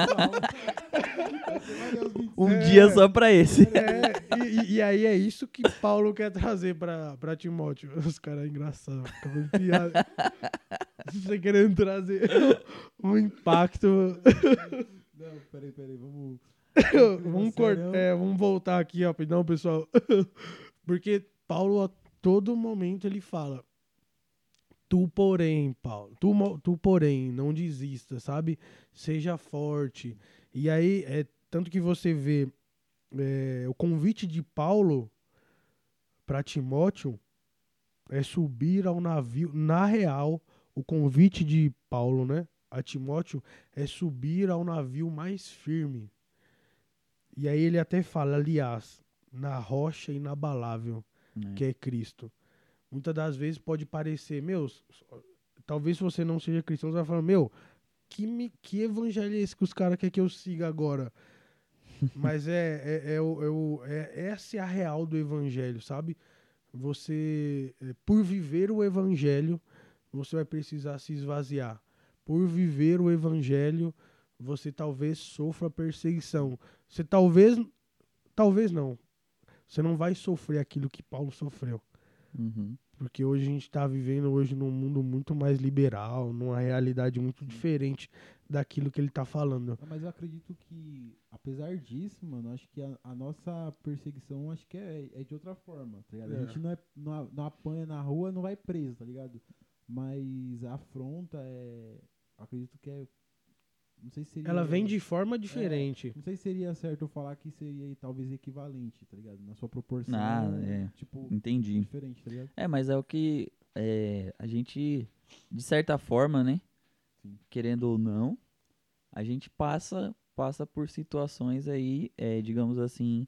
Você vai ler os vinte e cinco. Um É. dia só pra esse. É, e, e- e aí é isso que Paulo quer trazer pra, pra Timóteo. Os caras engraçados, ficam fazendo piada. Você querendo trazer um impacto. Não, peraí, peraí, vamos... vamos, cort- é, vamos voltar aqui rapidão, pessoal. Porque Paulo, a todo momento, ele fala: Tu, porém, Paulo, tu, mo- tu, porém, não desista, sabe? Seja forte. E aí, é tanto que você vê é, o convite de Paulo para Timóteo é subir ao navio. Na real, o convite de Paulo, né, a Timóteo é subir ao navio mais firme. E aí ele até fala, aliás, na rocha inabalável, É. que é Cristo. Muitas das vezes pode parecer, meu, s- talvez se você não seja cristão, você vai falar, meu, que, me, que evangelho é esse que os caras querem que eu siga agora? Mas é, é, é, o- é, o- é- essa é a real do evangelho, sabe? Você, é, por viver o evangelho, você vai precisar se esvaziar. Por viver o evangelho, você talvez sofra perseguição. Você talvez, talvez não. Você não vai sofrer aquilo que Paulo sofreu. Uhum. Porque hoje a gente está vivendo hoje num mundo muito mais liberal, numa realidade muito diferente daquilo que ele está falando. Ah, mas eu acredito que, apesar disso, mano, acho que a, a nossa perseguição acho que é, é de outra forma, tá ligado? É. A gente não, é, não, a- não apanha na rua, não vai preso, tá ligado? Mas a afronta é... Acredito que é... Não sei se seria... Ela vem de forma diferente. Não sei se seria certo eu falar que seria talvez equivalente, tá ligado? Na sua proporção, Ah, é. tipo, Entendi. diferente, tá ligado? É, mas é o que é, a gente, de certa forma, né? Sim. Querendo ou não, a gente passa, passa por situações aí, é, digamos assim,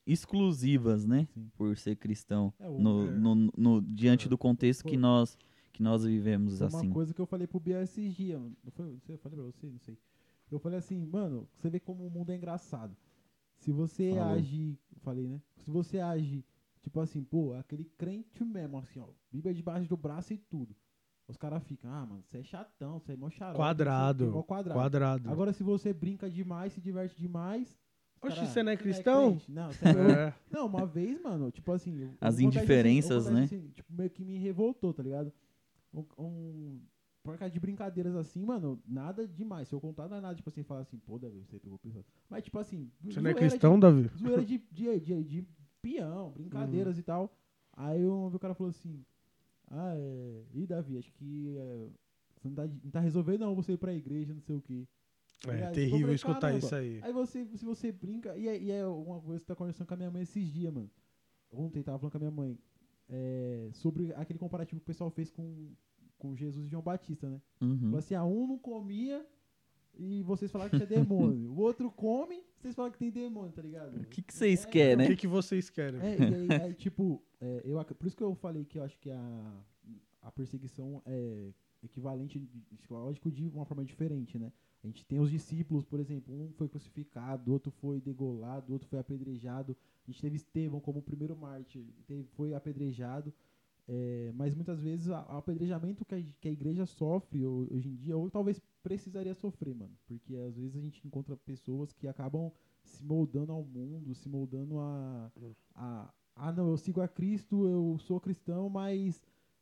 exclusivas, né? Sim. Por ser cristão. É, o- No, é. no, no- diante É. do contexto que nós, que nós vivemos Foi assim. uma coisa que eu falei pro Biel esses dias, mano. Não foi, eu falei pra você, não sei. Eu falei assim, mano, você vê como o mundo é engraçado. Se você Falou. age, falei, né? Se você age, tipo assim, pô, aquele crente mesmo, assim, ó, Bíblia debaixo do braço e tudo. Os caras ficam, ah, mano, você é chatão, você é mó xarope. Quadrado, você é mó quadrado. quadrado. Agora, se você brinca demais, se diverte demais... Oxe, cara, você não é você cristão? crente? Não, você é louco. É. Não, uma vez, mano, tipo assim... eu- As eu vou contar isso indiferenças, assim, eu vou contar né? isso assim, tipo, meio que me revoltou, tá ligado? Um, um, por causa de brincadeiras assim, mano, nada demais. Se eu contar, não é nada, tipo assim, falar assim, pô, Davi, você pegou pessoa. Mas, tipo assim... Você não é zoeira cristão, de, Davi? Zoeira de, de, de, de peão, brincadeiras Uhum. e tal. Aí eu, o cara falou assim, ah, é... Ih, Davi, acho que... É, você não tá, não tá resolvendo não você ir pra igreja, não sei o quê. É Aí, tipo, eu terrível falei, escutar caramba. isso aí. Aí você, se você brinca, e é, e é uma coisa que tá conversando com a minha mãe esses dias, mano. Ontem tava falando com a minha mãe é, sobre aquele comparativo que o pessoal fez com, com Jesus e João Batista, né? Uhum. Falou assim, ah, um não comia e vocês falaram que tinha demônio. O outro come, vocês falaram que tem demônio, tá ligado? O que, que vocês É, querem, O né? que, que vocês querem? É, e aí, aí, tipo, é, eu, ac- por isso que eu falei que eu acho que a, a perseguição é equivalente, lógico, de uma forma diferente, né? A gente tem os discípulos, por exemplo, um foi crucificado, outro foi degolado, outro foi apedrejado. A gente teve Estevão como o primeiro mártir, teve, foi apedrejado. É, mas muitas vezes o apedrejamento que a, que a igreja sofre hoje em dia, ou talvez precisaria sofrer, mano. Porque às vezes a gente encontra pessoas que acabam se moldando ao mundo, se moldando a... a ah, não, eu sigo a Cristo, eu sou cristão, mas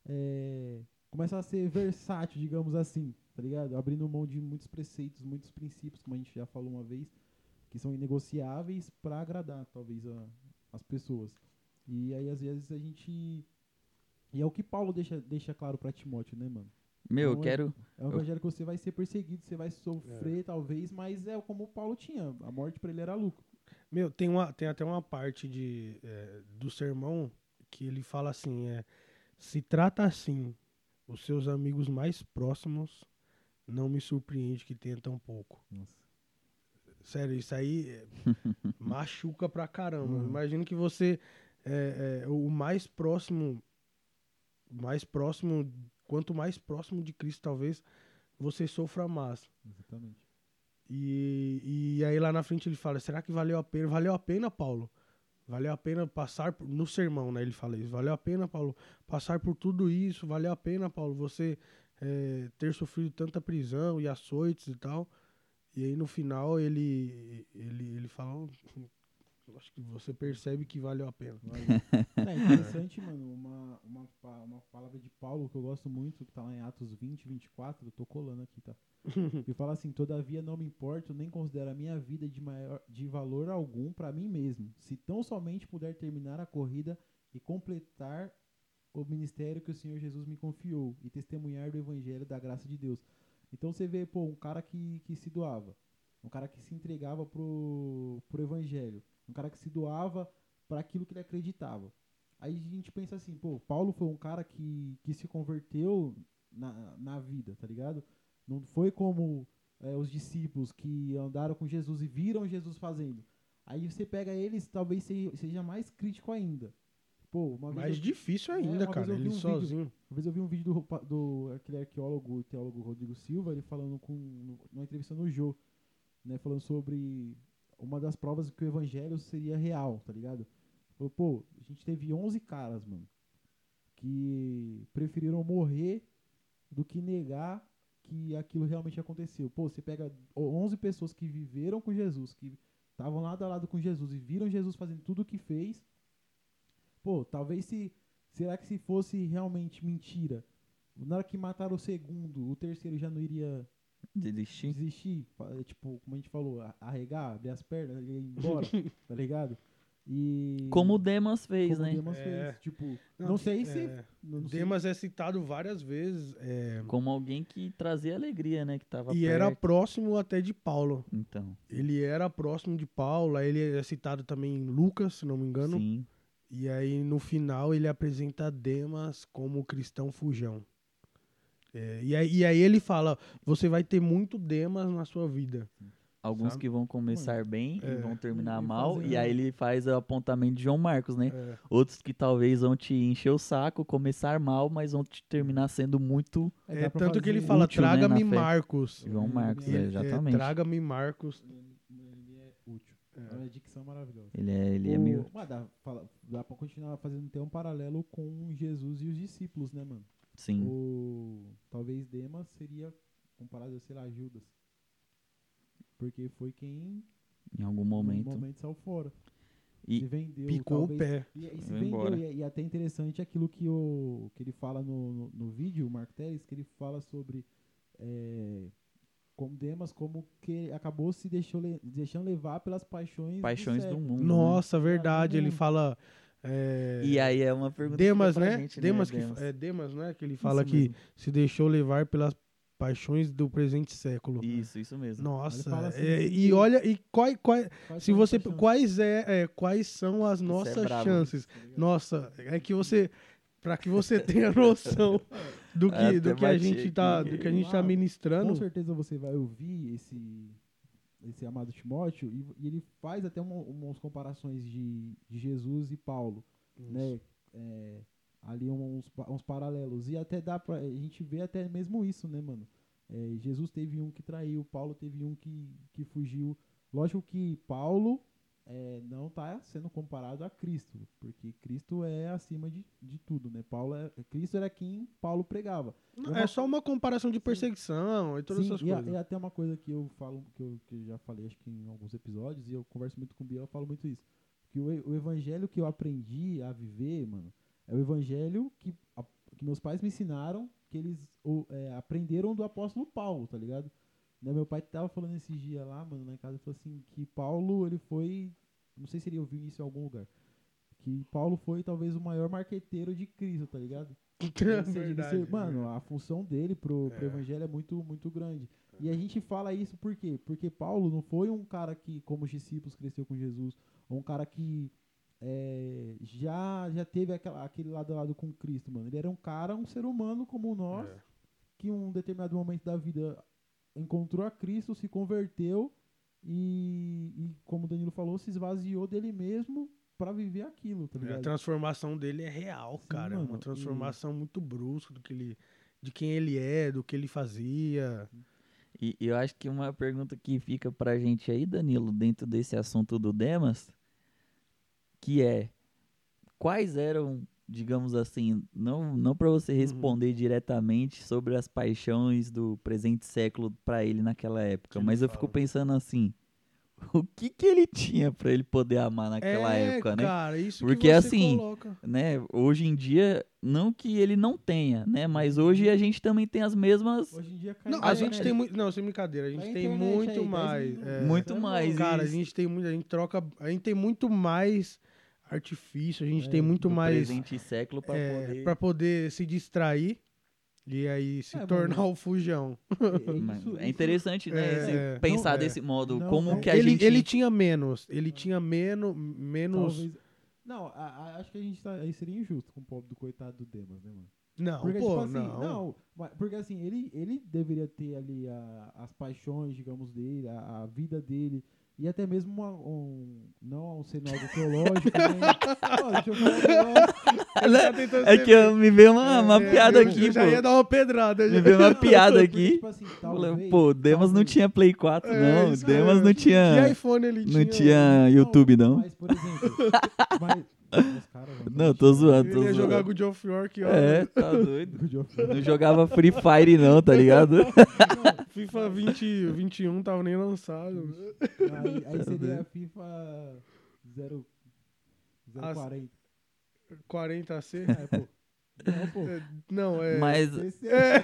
é, começa a ser versátil, digamos assim, tá ligado? Abrindo mão de muitos preceitos, muitos princípios, como a gente já falou uma vez, que são inegociáveis para agradar, talvez, a, as pessoas. E aí, às vezes, a gente... E é o que Paulo deixa, deixa claro pra Timóteo, né, mano? Meu, eu Então, quero... É um evangelho que você vai ser perseguido, você vai sofrer, talvez, mas é como o Paulo tinha. A morte pra ele era lucro. Meu, tem, uma, tem até uma parte de, é, do sermão que ele fala assim, é, se trata assim, os seus amigos mais próximos, não me surpreende que tenha tão pouco. Nossa. Sério, isso aí é, machuca pra caramba. Uhum. Imagino que você, é, é, o mais próximo, mais próximo, quanto mais próximo de Cristo, talvez, você sofra mais. Exatamente. E, e aí lá na frente ele fala, será que valeu a pena? Valeu a pena, Paulo? Valeu a pena passar, por, no sermão, né, ele fala isso, valeu a pena, Paulo, passar por tudo isso, valeu a pena, Paulo, você é, ter sofrido tanta prisão e açoites e tal. E aí no final ele, ele, ele fala, acho que você percebe que valeu a pena. É interessante, mano, uma, uma, pa- uma palavra de Paulo que eu gosto muito, que tá lá em Atos vinte, vinte e quatro, eu tô colando aqui, tá? E fala assim, todavia não me importo, nem considero a minha vida de, maior, de valor algum para mim mesmo, se tão somente puder terminar a corrida e completar o ministério que o Senhor Jesus me confiou e testemunhar do evangelho da graça de Deus. Então você vê, pô, um cara que, que se doava, um cara que se entregava pro, pro evangelho, um cara que se doava para aquilo que ele acreditava. Aí a gente pensa assim, pô, Paulo foi um cara que, que se converteu na, na vida, tá ligado? Não foi como é, os discípulos que andaram com Jesus e viram Jesus fazendo. Aí você pega eles, talvez seja, seja mais crítico ainda. Pô, uma vez Mais eu- difícil É, ainda, uma cara, vez eu vi ele um sozinho. Uma vez eu vi um vídeo do, pa- do aquele arqueólogo e teólogo Rodrigo Silva, ele falando com no- numa entrevista no Jô, né, falando sobre uma das provas que o evangelho seria real, tá ligado? Falou, pô, a gente teve onze caras, mano, que preferiram morrer do que negar que aquilo realmente aconteceu. Pô, você pega onze pessoas que viveram com Jesus, que estavam lado a lado com Jesus e viram Jesus fazendo tudo o que fez. Pô, talvez se... Será que se fosse realmente mentira, na hora que mataram o segundo, o terceiro já não iria Desistir? desistir? Fa- Tipo, como a gente falou, a- arregar, abrir as pernas e ir embora, tá ligado? E... Como o Demas fez, como né? Demas É. fez. Tipo, não, sei se... é, não- não sei- Demas é citado várias vezes é, Como alguém que trazia alegria, né? Que tava e perto. era próximo até de Paulo. Então, Ele era próximo de Paulo, aí ele é citado também em Lucas, se não me engano. sim. E aí no final ele apresenta Demas como cristão fujão. É, e, aí, e aí ele fala, você vai ter muito Demas na sua vida. Alguns sabe? que vão começar bem É. e vão terminar E mal, fazer- e aí ele faz o apontamento de João Marcos, né? É. Outros que talvez vão te encher o saco, começar mal, mas vão te terminar sendo muito É, dá pra tanto que ele fazer- fala, útil, né, traga-me na fé. Marcos. João Ele- Marcos, ele- é, Ele- é, exatamente. traga-me Marcos. Ele, ele é útil. É. É uma dicção maravilhosa. Ele é, ele é O- meio... Mas dá, fala- dá pra continuar fazendo ter um paralelo com Jesus e os discípulos, né, mano? Sim, O, talvez Demas seria comparado a, sei lá, Judas. Porque foi quem, em algum no momento. momento, saiu fora. E- se vendeu, Picou talvez, o pé. E, e se Foi vendeu, embora. e, é- e é até interessante aquilo que, o, que ele fala no, no, no vídeo, o Mark Teres, que ele fala sobre é, como Demas, como que acabou se deixou le- deixando levar pelas paixões, Paixões do século. mundo. né? Nossa, verdade. Ele mundo. fala. é, E aí é uma pergunta Demas, que fica pra né? gente, Demas, né? que, é Demas, né? Que ele fala Isso que mesmo. se deixou levar pelas paixões do presente século. Isso, isso mesmo. Nossa, Ele fala assim, é, assim, e olha, e quais, quais, Quais se são as você, paixões? quais, é, é, quais são as é nossas brabo. chances? Tá ligado? Nossa, é que você, para que você tenha noção do que, Até do que a bati gente tá, aqui. do que a gente tá Ah, ministrando. Com certeza você vai ouvir esse, esse amado Timóteo e, e ele faz até uma, umas comparações de, de Jesus e Paulo, né? É, ali uns, pa- uns paralelos. E até dá pra a gente ver até mesmo isso, né, mano? É, Jesus teve um que traiu, Paulo teve um que, que fugiu. Lógico que Paulo é, não está sendo comparado a Cristo, porque Cristo é acima de, de tudo, né? Paulo é, Cristo era quem Paulo pregava. É só uma comparação de perseguição e todas Sim, essas e, a- coisas. e até uma coisa que eu falo, que eu, que eu já falei acho que em alguns episódios, e eu converso muito com o Biel, eu falo muito isso. Que o, e- o evangelho que eu aprendi a viver, mano, é o evangelho que, a- que meus pais me ensinaram, que eles o, é, aprenderam do apóstolo Paulo, tá ligado? Né, meu pai tava falando esses dias lá, mano, na casa, ele falou assim, que Paulo, ele foi, não sei se ele ouviu isso em algum lugar, que Paulo foi talvez o maior marqueteiro de Cristo, tá ligado? Ou seja, ele Verdade, ser- mano, a função dele pro, pro É. evangelho é muito, muito grande. E a gente fala isso por quê? Porque Paulo não foi um cara que, como os discípulos, cresceu com Jesus, ou um cara que é, já, já teve aquela, aquele lado a lado com Cristo, mano. Ele era um cara, um ser humano como nós, É. que em um determinado momento da vida encontrou a Cristo, se converteu e, e, como o Danilo falou, se esvaziou dele mesmo pra viver aquilo, tá É, a ligado? transformação dele é real, Sim, cara. É mano, uma e- transformação muito brusca do que ele, de quem ele é, do que ele fazia. E e eu acho que uma pergunta que fica pra gente aí, Danilo, dentro desse assunto do Demas, que é, quais eram, digamos assim, não, não para você responder diretamente sobre as paixões do presente século pra ele naquela época, Que mas ele eu fico fala. pensando assim, o que que ele tinha pra ele poder amar naquela é, época, né? cara, isso Porque, que você assim, coloca. né? Hoje em dia, não que ele não tenha, né? Mas hoje a gente também tem as mesmas, Hoje em dia cai Não, na a gente internet. tem muito. Não, sem brincadeira, a gente Na tem internet aí, muito dez mais. minutos. é, muito é mais. louco. Cara, a isso. gente tem muito. A gente troca. A gente tem muito mais artifício, a gente É, tem muito do mais. presente século pra é, poder... pra poder se distrair e aí se É, tornar mano. o fujão. É, Mas isso- é isso- interessante, né? É, esse- é. pensar Não, é. desse modo, Não, como é. que a ele, gente... ele tinha menos. Ele tinha menos. menos Talvez. Não, a- a- acho que a gente tá, aí seria injusto com o pobre do coitado do Demas, né, mano? Não, Porque, pô, tipo assim, não. mas- porque assim, ele, ele deveria ter ali a- as paixões, digamos, dele, a, a vida dele, e até mesmo uma- um. Não sendo algo teológico, né? Ó, deixa eu falar um negócio. Ele tá tentando É ser que eu, me veio uma, uma É, piada eu aqui, já ia pô. dar uma pedrada. Me Já. veio uma piada Porque, aqui. tipo assim, Falei, talvez, pô, Demas não talvez- tinha Play quatro, É, não. isso Demas é. não Que tinha... iPhone ele tinha? Não tinha YouTube, não. Mas, por exemplo. mas, os caras, mano, Não, tô zoando, tô Ele ia jogar zoando. God of War que ó. É, tá doido. Good of- Não jogava Free Fire não, tá ligado? FIFA vinte, vinte e um tava nem lançado. Aí, aí seria vendo? a FIFA zero As- quarenta. quarenta C. É, pô. Não, pô. É, Não, é. Mas, Esse é-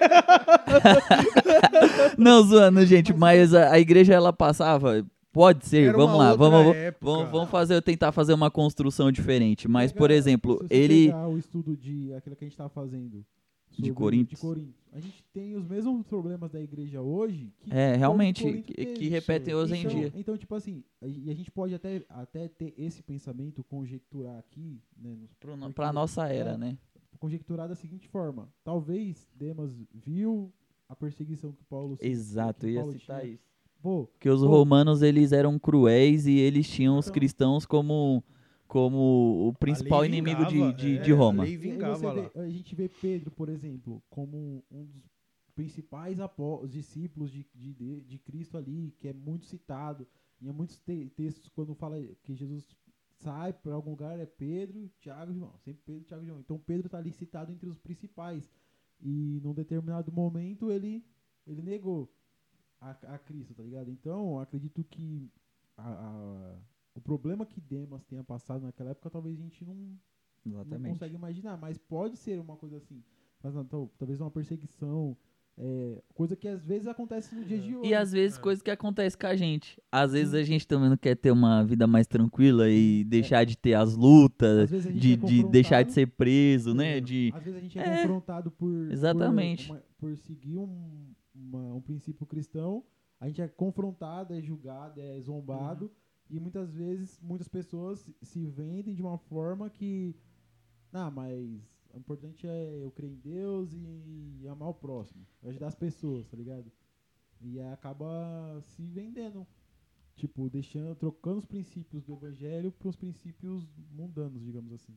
não, zoando, gente, mas a, a igreja, ela passava... Pode ser, Era uma vamos lá, outra vamos, época. vamos, vamos fazer, tentar fazer uma construção diferente. Mas, Pega- por exemplo, se você ele... pegar o estudo de aquilo que a gente tá fazendo sobre- Corinto? de Corinto, a gente tem os mesmos problemas da igreja hoje que É, o realmente, Corinto que, teve. que repetem hoje em então, dia. Então, tipo assim, a- e a gente pode até, até ter esse pensamento, conjecturar aqui, né, nos- Pro- porque- Pra nossa era, é, né? conjecturar da seguinte forma: talvez Demas viu a perseguição que Paulo Exato, que eu ia Paulo citar tinha isso. Pô, Porque os pô, romanos, eles eram cruéis e eles tinham os então, cristãos como, como o A principal lei inimigo de, vingava, de, é, de a Roma. lei e aí vingava você lá. vê, a gente vê Pedro, por exemplo, como um dos principais apó- discípulos de, de, de, de Cristo ali, que é muito citado. Em muitos te- textos, quando fala que Jesus sai para algum lugar, é Pedro, Tiago e João. Sempre Pedro, Tiago e João. Então Pedro está ali citado entre os principais. E num determinado momento ele, ele negou a, a Cristo, tá ligado? Então, eu acredito que a, a- o problema que Demas tenha passado naquela época, talvez a gente não, não Exatamente. consegue imaginar, mas pode ser uma coisa assim. Mas não, tal- talvez uma perseguição, é, coisa que às vezes acontece no dia de hoje. E às vezes É. coisas que acontecem com a gente. Às vezes Sim. a gente também não quer ter uma vida mais tranquila e Sim, deixar de ter as lutas, Às vezes a gente de, é de deixar de confrontado. ser preso, né? É. De... Às vezes a gente é, É, confrontado por, exatamente. por, uma- por seguir um, uma- um princípio cristão, a gente é confrontado, é julgado, é zombado, e muitas vezes muitas pessoas se- se vendem de uma forma que, ah, mas o importante é eu crer em Deus e amar o próximo, ajudar as pessoas, tá ligado? E aí acaba se vendendo, tipo, deixando, trocando os princípios do evangelho para os princípios mundanos, digamos assim.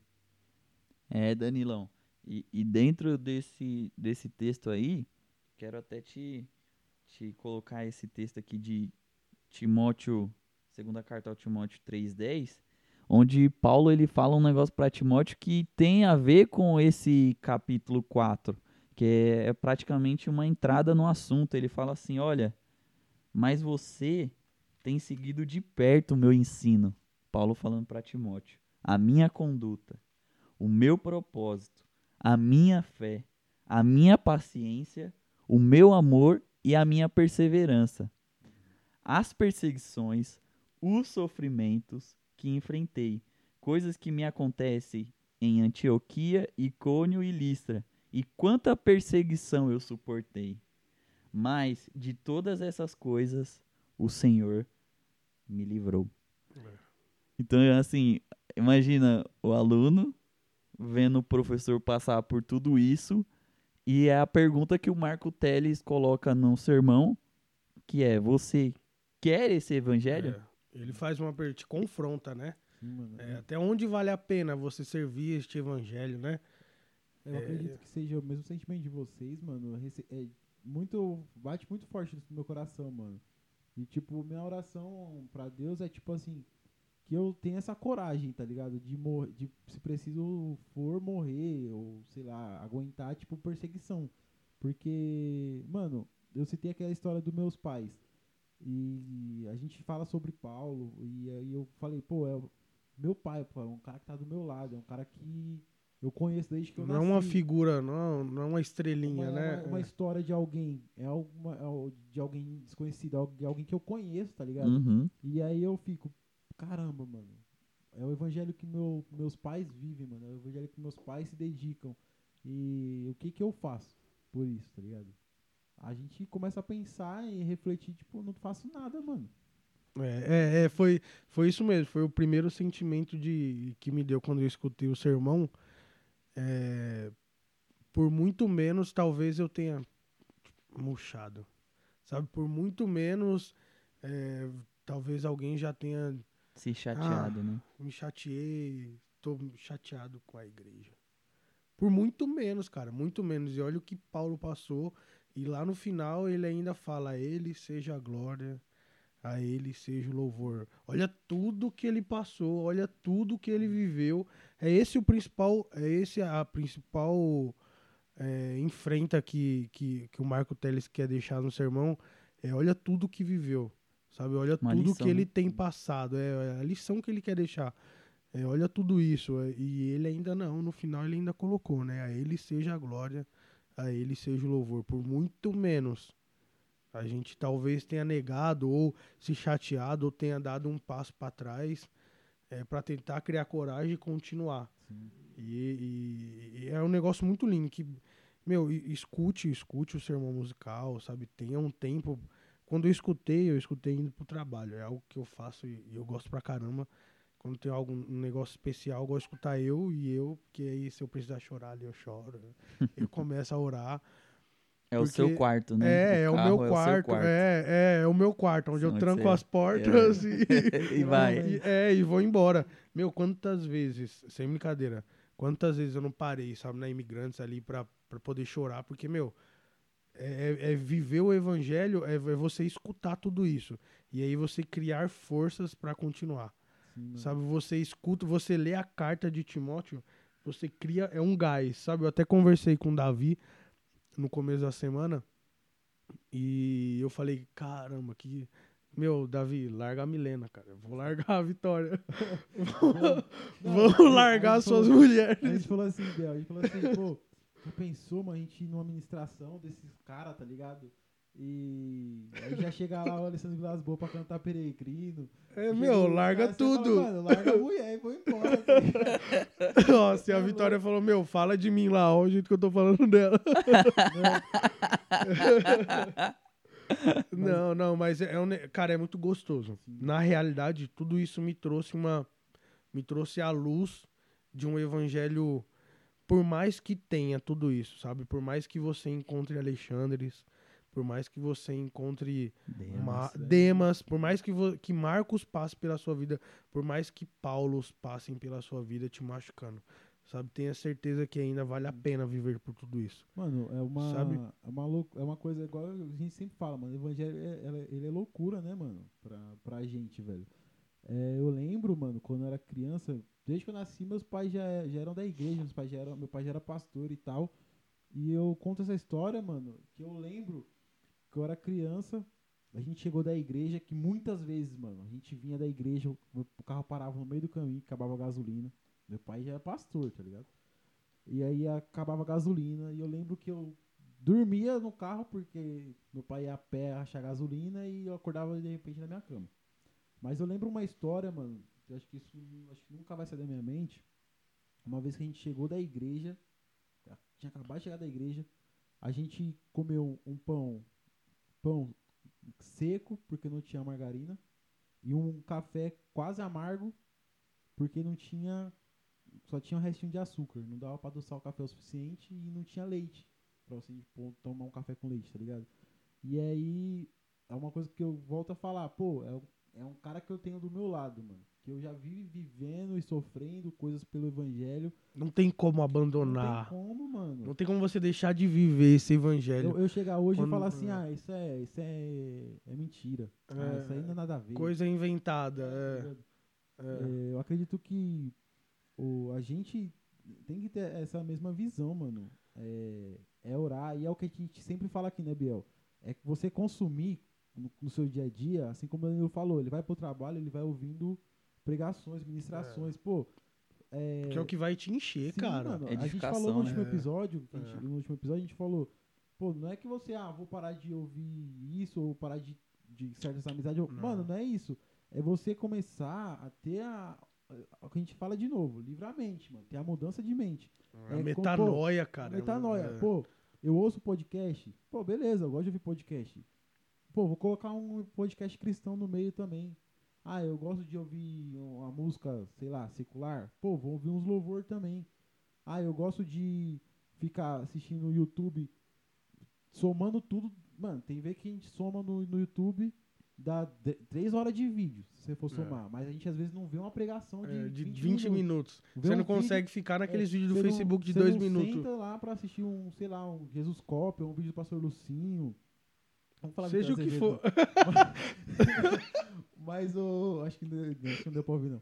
É, Danilão. E, e dentro desse, desse texto aí, quero até te, te colocar esse texto aqui de Timóteo, segunda carta ao Timóteo três dez, onde Paulo ele fala um negócio para Timóteo que tem a ver com esse capítulo quatro, que é, é praticamente uma entrada no assunto. Ele fala assim: olha, mas você tem seguido de perto o meu ensino. Paulo falando para Timóteo: a minha conduta, o meu propósito, a minha fé, a minha paciência, o meu amor e a minha perseverança, as perseguições, os sofrimentos que enfrentei, coisas que me acontecem em Antioquia, Icônio e Listra, e quanta perseguição eu suportei. Mas de todas essas coisas, o Senhor me livrou. Então, assim, imagina o aluno vendo o professor passar por tudo isso, e é a pergunta que o Marco Teles coloca no sermão, que é: você quer esse evangelho? É. Ele faz uma pergunta, te confronta, né? Sim, mano. É, até onde vale a pena você servir este evangelho, né? Eu acredito que seja o mesmo sentimento de vocês, mano. Rece- É muito, bate muito forte no meu coração, mano. E, tipo, minha oração pra Deus é, tipo assim, que eu tenha essa coragem, tá ligado? De morrer, de, se preciso for, morrer, ou, sei lá, aguentar, tipo, perseguição. Porque, mano, eu citei aquela história dos meus pais. E a gente fala sobre Paulo, e aí eu falei, pô, é o meu pai, pô, é um cara que tá do meu lado, é um cara que eu conheço desde que eu Não é nasci. uma figura, não, não é uma estrelinha, uma, né? uma, uma história de alguém, é alguma, é o- de alguém desconhecido, algu- de alguém que eu conheço, tá ligado? Uhum. E aí eu fico, caramba, mano, é o evangelho que meu, meus pais vivem, mano, é o evangelho que meus pais se dedicam. E o que que eu faço por isso, tá ligado? A gente começa a pensar e refletir, tipo, não faço nada, mano. É, é, é, foi, foi isso mesmo. Foi o primeiro sentimento de, que me deu quando eu escutei o sermão. É, por muito menos, talvez eu tenha murchado. Sabe? Por muito menos, é, talvez alguém já tenha. Se Ah, chateado, né? me chateei, tô chateado com a igreja. Por muito menos, cara, muito menos. E olha o que Paulo passou. E lá no final ele ainda fala: a ele seja a glória, a ele seja o louvor. Olha tudo que ele passou, olha tudo que ele viveu. É esse o principal, é esse a principal é, enfrenta que, que, que o Marco Teles quer deixar no sermão. É, olha tudo que viveu, sabe? Olha Uma tudo lição, que ele né? tem passado. É, é a lição que ele quer deixar. É, olha tudo isso. É, e ele ainda não, no final ele ainda colocou, né? A ele seja a glória, a ele seja o louvor. Por muito menos. A gente talvez tenha negado ou se chateado ou tenha dado um passo para trás é, para tentar criar coragem e continuar. Sim. E, e- e é um negócio muito lindo que, meu, e- escute, escute o sermão musical, sabe? Tenha um tempo. Quando eu escutei, eu escutei indo pro trabalho. É algo que eu faço e, e eu gosto pra caramba. Quando tem algum um negócio especial, eu gosto de escutar eu e eu, porque aí se eu precisar chorar ali, eu choro. Eu começo a orar. É o Porque- seu quarto, né? É, é o carro meu é o seu quarto, quarto. É, é, é o meu quarto, onde eu Onde tranco você- as portas E vai. e, e- é, e vou embora. Meu, quantas vezes, sem brincadeira, quantas vezes eu não parei, sabe, na Imigrantes ali pra, pra poder chorar, porque, meu, é, é- é viver o evangelho, é, é você escutar tudo isso. E aí você criar forças pra continuar. Sim, mano. Sabe, você escuta, você lê a carta de Timóteo, você cria, é um gás, sabe? Eu até conversei com o Davi no começo da semana e eu falei, caramba, que... Meu, Davi, larga a Milena, cara. Eu vou largar a Vitória. Não, Vou aí- largar aí as suas falou- mulheres. A gente falou assim, Bel, a gente falou assim, pô, já pensou, mano, a gente ir numa administração desses caras, tá ligado? E aí já chega lá o Alessandro Vilas Boas pra cantar Peregrino. É, Chegou meu, os larga caras, você fala, tudo. mano, larga a mulher e vou embora. Tá ligado? Nossa, e a É Vitória louco. falou, meu, fala de mim lá, ó, o jeito que eu tô falando dela. Não, não, mas é, é um, ne- cara, é muito gostoso. Sim. Na realidade, tudo isso me trouxe uma, me trouxe a luz de um evangelho, por mais que tenha tudo isso, sabe? Por mais que você encontre Alexandres, por mais que você encontre Demas. Ma- né? Demas, por mais que, vo- que Marcos passe pela sua vida, por mais que Paulos passem pela sua vida te machucando, sabe? Tenha certeza que ainda vale a pena viver por tudo isso. Mano, é uma, Sabe? é uma, lou- é uma coisa igual a gente sempre fala, mano. O evangelho, é, ela- ele é loucura, né, mano? Pra, pra gente, velho. É, eu lembro, mano, quando eu era criança, desde que eu nasci, meus pais já, já eram da igreja, meus pais já eram, meu pai já era pastor e tal. E eu conto essa história, mano, que eu lembro que eu era criança, a gente chegou da igreja, que muitas vezes, mano, a gente vinha da igreja, o, o carro parava no meio do caminho, acabava a gasolina. Meu pai já era pastor, tá ligado? E aí acabava a gasolina, e eu lembro que eu dormia no carro, porque meu pai ia a pé achar gasolina, e eu acordava de repente na minha cama. Mas eu lembro uma história, mano, que eu acho que isso acho que nunca vai sair da minha mente. Uma vez que a gente chegou da igreja, tinha acabado de chegar da igreja, a gente comeu um pão, pão seco, porque não tinha margarina, e um café quase amargo, porque não tinha, só tinha um restinho de açúcar, não dava pra adoçar o café o suficiente e não tinha leite, pra você pô, tomar um café com leite, tá ligado? E aí, é uma coisa que eu volto a falar, pô, é, é um cara que eu tenho do meu lado, mano, que eu já vi vivendo e sofrendo coisas pelo evangelho. Não tem como Não abandonar. tem como, mano. Não tem como você deixar de viver esse evangelho. Eu, eu chegar hoje Quando- e falar assim, ah, isso é, isso é, é mentira. Ah, É, isso aí não é nada a ver. Coisa inventada. Tá É, ligado? é. É, eu acredito que o, a gente tem que ter essa mesma visão, mano. É, é orar, e é o que a gente sempre fala aqui, né, Biel? É que você consumir no, no seu dia a dia, assim como o Danilo falou, ele vai pro trabalho, ele vai ouvindo pregações, ministrações, pô. É, Que é o que vai te encher, sim, cara. mano, a gente Edificação, falou no né? último É. episódio, que a É. gente- no último episódio a gente falou, pô, não é que você, ah, vou parar de ouvir isso, ou parar de, de certas amizades. ou- Não. Mano, não é isso. É você começar a ter a, a- o que a gente fala de novo, livremente, mano. Ter a mudança de mente. É É, metanoia, cara. Metanoia. É. Pô, eu ouço podcast. Pô, beleza, eu gosto de ouvir podcast. Pô, vou colocar um podcast cristão no meio também. Ah, eu gosto de ouvir uma música, sei lá, secular. Pô, vou ouvir uns louvor também. Ah, eu gosto de ficar assistindo no YouTube, somando tudo. Mano, tem vez que a gente soma no, no YouTube, dá de- três horas de vídeo, se você for É. somar. Mas a gente às vezes não vê uma pregação de, É, de vinte, vinte minutos. minutos. Vê Você um não vídeo- consegue ficar naqueles É, vídeos do você não- Facebook de você dois não minutos. Senta lá pra assistir um, sei lá, um Jesus Cop, um vídeo do Pastor Lucinho. Vamos falar Seja o Vitor que Azevedo, for. não. Mas o. Acho que, não- acho que não deu pra ouvir, não.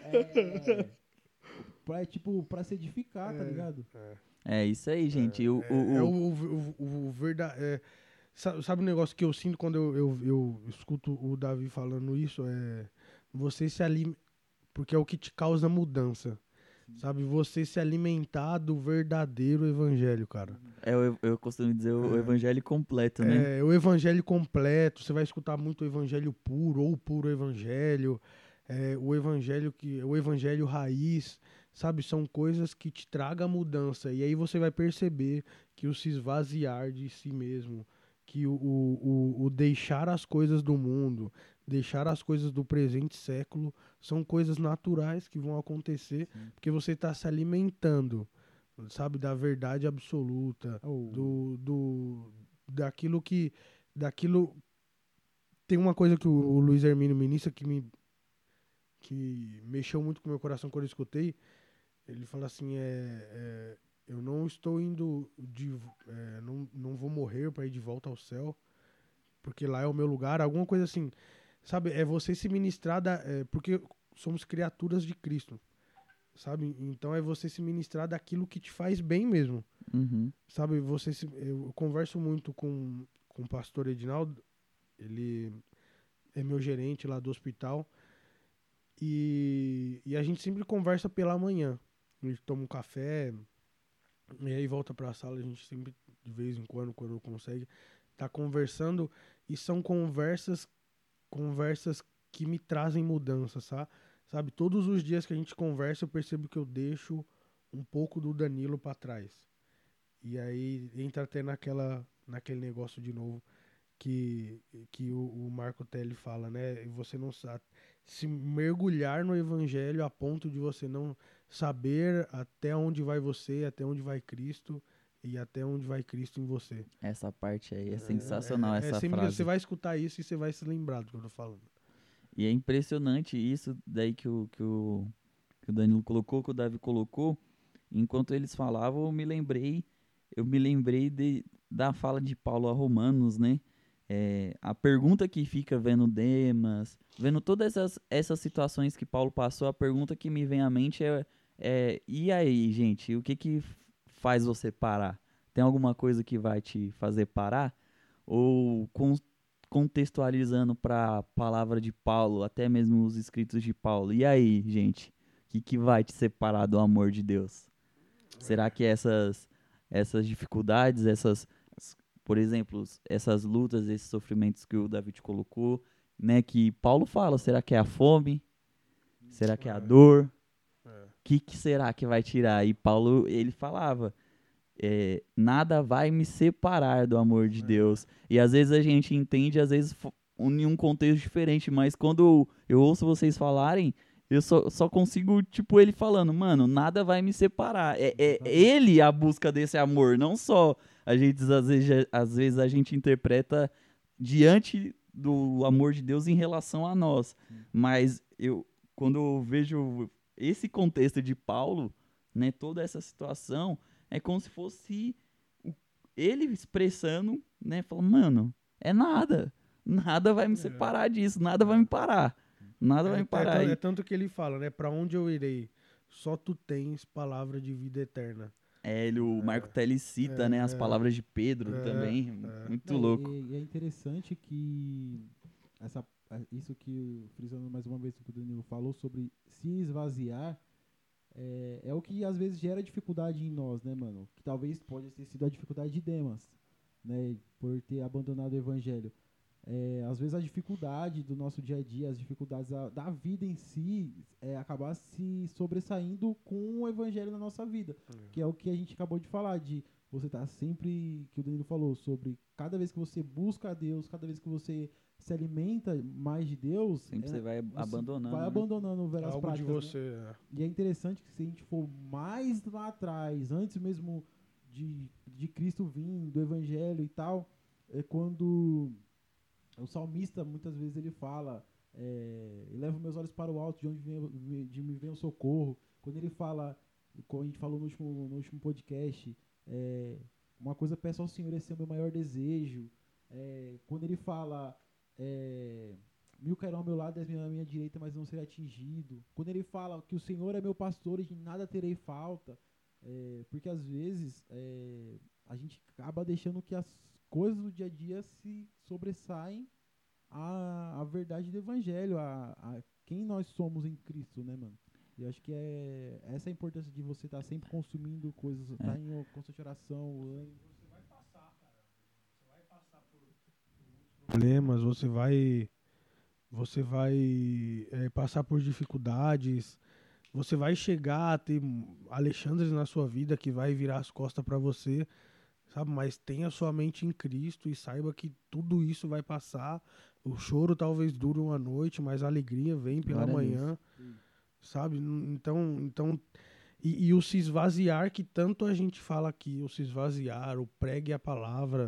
É, pra, tipo, pra se edificar, tá É. ligado? É isso aí, gente. O, o, É o- o, o, o, o verdade. É, sabe, sabe o negócio que eu sinto quando eu, eu, eu escuto o Davi falando isso? É você se alimentar. Porque é o que te causa mudança. Sabe? Você se alimentar do verdadeiro evangelho, cara. é, eu, eu costumo dizer o, o É. evangelho completo, né? É, o evangelho completo, você vai escutar muito o evangelho puro ou o puro evangelho, é, o evangelho que o evangelho raiz, sabe? São coisas que te tragam mudança. E aí você vai perceber que o se esvaziar de si mesmo, que o, o, o, o deixar as coisas do mundo, deixar as coisas do presente século, são coisas naturais que vão acontecer, Sim. porque você está se alimentando, sabe? Da verdade absoluta, Oh, do, do, daquilo que, daquilo, tem uma coisa que o, o Luiz Hermínio ministra que me, que mexeu muito com o meu coração quando eu escutei. Ele fala assim, é, é eu não estou indo, de, é, não, não vou morrer para ir de volta ao céu, porque lá é o meu lugar, alguma coisa assim, sabe? É você se ministrar, da, é, porque somos criaturas de Cristo, sabe? Então é você se ministrar daquilo que te faz bem mesmo, Uhum. sabe? Você se, eu converso muito com, com o pastor Edinaldo, ele é meu gerente lá do hospital, e, e a gente sempre conversa pela manhã, a gente toma um café, e aí volta pra sala, a gente sempre, de vez em quando, quando consegue, tá conversando, e são conversas, conversas que me trazem mudança, sabe? Sabe, todos os dias que a gente conversa, eu percebo que eu deixo um pouco do Danilo pra trás. E aí entra até naquela, naquele negócio de novo que, que o, o Marco Telly fala, né? Você não sabe se mergulhar no evangelho a ponto de você não saber até onde vai você, até onde vai Cristo e até onde vai Cristo em você. Essa parte aí é sensacional, É, é, essa é sempre frase. você vai escutar isso e você vai se lembrar do que eu tô falando. E é impressionante isso daí que o, que o, que o Danilo colocou, que o Davi colocou. Enquanto eles falavam, eu me lembrei, eu me lembrei de, da fala de Paulo a Romanos, né? É, a pergunta que fica vendo Demas, vendo todas essas, essas situações que Paulo passou, a pergunta que me vem à mente é, é e aí, gente, o que que faz você parar? Tem alguma coisa que vai te fazer parar? Ou con- contextualizando para a palavra de Paulo, até mesmo os escritos de Paulo, e aí, gente, o que que vai te separar do amor de Deus? Será que essas, essas dificuldades, essas, por exemplo, essas lutas, esses sofrimentos que o David colocou, né, que Paulo fala, será que é a fome? Será que é a É, dor? O é. que, que será que vai tirar? E Paulo, ele falava, é, nada vai me separar do amor de É. Deus. E às vezes a gente entende, às vezes fo- em um contexto diferente, mas quando eu, eu ouço vocês falarem, eu só, só consigo, tipo, ele falando, mano, nada vai me separar. É, é Exatamente. ele a busca desse amor, não só a gente, às vezes, às vezes a gente interpreta diante do amor de Deus em relação a nós. Sim. Mas eu, quando eu vejo esse contexto de Paulo, né, toda essa situação, é como se fosse o- ele expressando, né, falando, mano, é nada. Nada vai me É. separar disso, nada vai me parar. Nada vai É, me parar. é, é E, tanto que ele fala, né? Pra onde eu irei? Só tu tens palavra de vida eterna. é, ele, o Marco Telly cita, é, né, as é, palavras de Pedro é, também. é. Muito Não, louco. e, e é interessante que essa, isso que, frisando mais uma vez o que o Danilo falou sobre se esvaziar, é, é o que às vezes gera dificuldade em nós, né, mano? Que talvez pode ter sido a dificuldade de Demas, né, por ter abandonado o evangelho. É, às vezes a dificuldade do nosso dia a dia, as dificuldades da, da vida em si, é acabar se sobressaindo com o evangelho na nossa vida, que é o que a gente acabou de falar, de você tá sempre, que o Danilo falou, sobre cada vez que você busca a Deus, cada vez que você se alimenta mais de Deus, Sempre é, você vai abandonando, vai né? abandonando velhas Algo de práticas, né? você. é. E é interessante que se a gente for mais lá atrás, antes mesmo de, de Cristo vir, do Evangelho e tal, é quando o salmista, muitas vezes, ele fala, é, elevo meus olhos para o alto, de onde vem, de me vem o socorro. Quando ele fala, como a gente falou no último, no último podcast, é, uma coisa peço ao Senhor, esse é o meu maior desejo. É, quando ele fala... É, mil cairão ao meu lado, dez mil à minha direita, mas não serei atingido. Quando ele fala que o Senhor é meu pastor e de nada terei falta, é, porque às vezes é, a gente acaba deixando que as coisas do dia a dia se sobressaem à, à verdade do Evangelho, a, a quem nós somos em Cristo, né, mano? E eu acho que é essa a importância de você estar tá sempre consumindo coisas, estar tá em constante oração, orando. Problemas, você vai você vai é, passar por dificuldades, você vai chegar a ter Alexandres na sua vida que vai virar as costas pra você, sabe? Mas tenha sua mente em Cristo e saiba que tudo isso vai passar. O choro talvez dure uma noite, mas a alegria vem pela Glória a Deus. manhã, sabe? Então, então e, e o se esvaziar que tanto a gente fala aqui, o se esvaziar, o pregue a palavra,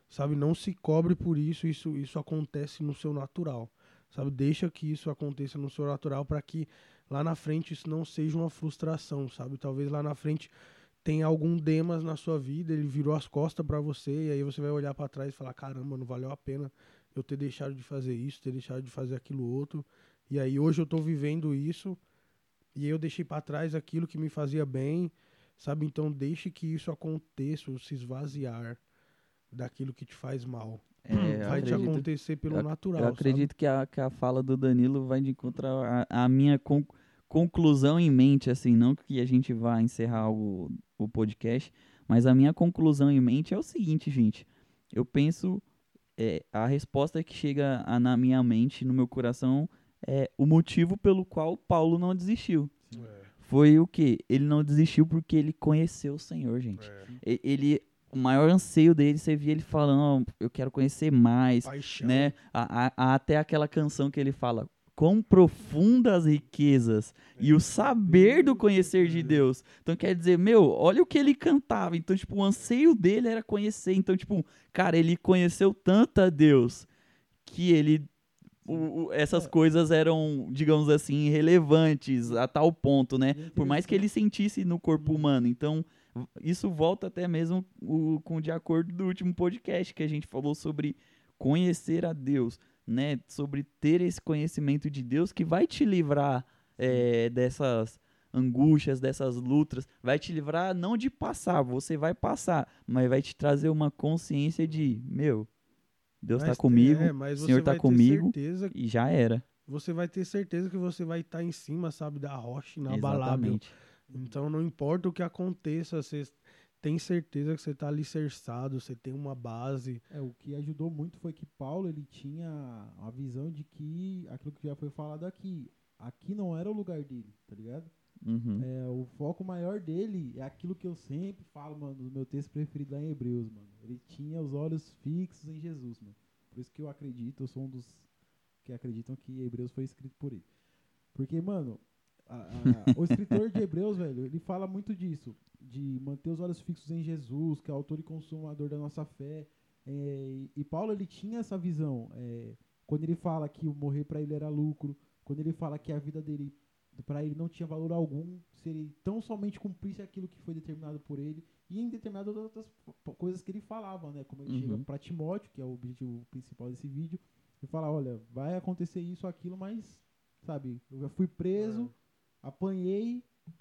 sabe? Não se cobre por isso, isso, isso acontece no seu natural, sabe? Deixa que isso aconteça no seu natural para que lá na frente isso não seja uma frustração, sabe? Talvez lá na frente tenha algum Demas na sua vida, ele virou as costas para você e aí você vai olhar para trás e falar, caramba, não valeu a pena eu ter deixado de fazer isso, ter deixado de fazer aquilo outro. E aí hoje eu tô vivendo isso e aí eu deixei para trás aquilo que me fazia bem, sabe? Então deixe que isso aconteça, ou se esvaziar daquilo que te faz mal. É, eu Vai te acredito- acontecer pelo eu, natural, eu sabe? acredito que a, que a fala do Danilo vai de encontro a, a minha con- conclusão em mente, assim, não que a gente vá encerrar o, o podcast, mas a minha conclusão em mente é o seguinte, gente. Eu penso, é, a resposta que chega a- na minha mente, no meu coração, é o motivo pelo qual Paulo não desistiu. É, Foi o quê? Ele não desistiu porque ele conheceu o Senhor, gente. é. E- Ele, o maior anseio dele, você via ele falando, "Ó, eu quero conhecer mais", Paixão. né? A- a- a- até aquela canção que ele fala, quão profundas riquezas e o saber do conhecer de Deus. Então quer dizer, meu, olha o que ele cantava. Então, tipo, o anseio dele era conhecer. Então, tipo, cara, ele conheceu tanto a Deus que ele o- o- essas É. coisas eram, digamos assim, irrelevantes a tal ponto, né? E é Por mais que ele interessante- sentisse no corpo humano. Então, v- isso volta até mesmo o- com de acordo do último podcast que a gente falou sobre conhecer a Deus, né? Sobre ter esse conhecimento de Deus que vai te livrar é, dessas angústias, dessas lutas, vai te livrar não de passar, você vai passar, mas vai te trazer uma consciência de, meu, Deus está Mas- comigo, é, mas o você Senhor está vai ter comigo certeza- e já era. Você vai ter certeza que você vai estar em cima, sabe, da rocha inabalável. Exatamente. Então não importa o que aconteça, você tem certeza que você está alicerçado, você tem uma base. É, o que ajudou muito foi que Paulo, ele tinha a visão de que, aquilo que já foi falado aqui, aqui não era o lugar dele, tá ligado? Uhum. É, o foco maior dele é aquilo que eu sempre falo, mano, no meu texto preferido lá em Hebreus, mano. Ele tinha os olhos fixos em Jesus, mano. Por isso que eu acredito, eu sou um dos que acreditam que Hebreus foi escrito por ele. Porque, mano, a- a- o escritor de Hebreus, velho, ele fala muito disso, de manter os olhos fixos em Jesus, que é o autor e consumador da nossa fé. É, e, e Paulo, ele tinha essa visão. É, quando ele fala que o morrer pra ele era lucro, quando ele fala que a vida dele, pra ele, não tinha valor algum, se ele tão somente cumprisse aquilo que foi determinado por ele, e em determinadas outras p- coisas que ele falava, né? Como ele Uhum. chega pra Timóteo, que é o objetivo principal desse vídeo, e fala, olha, vai acontecer isso, aquilo, mas, sabe, eu já fui preso, apanhei,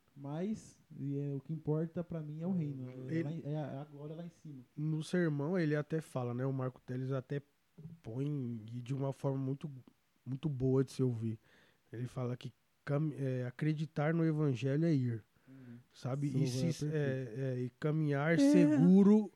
mas e é, o que importa pra mim é o reino, é, Ele- lá em- é a, a glória lá em cima. No sermão ele até fala, né? O Marco Teles até põe e de uma forma muito, muito boa de se ouvir. Ele fala que cam- é, acreditar no evangelho é ir, sabe? Esse E, louvor é se, perfeito. é, é, e caminhar seguro.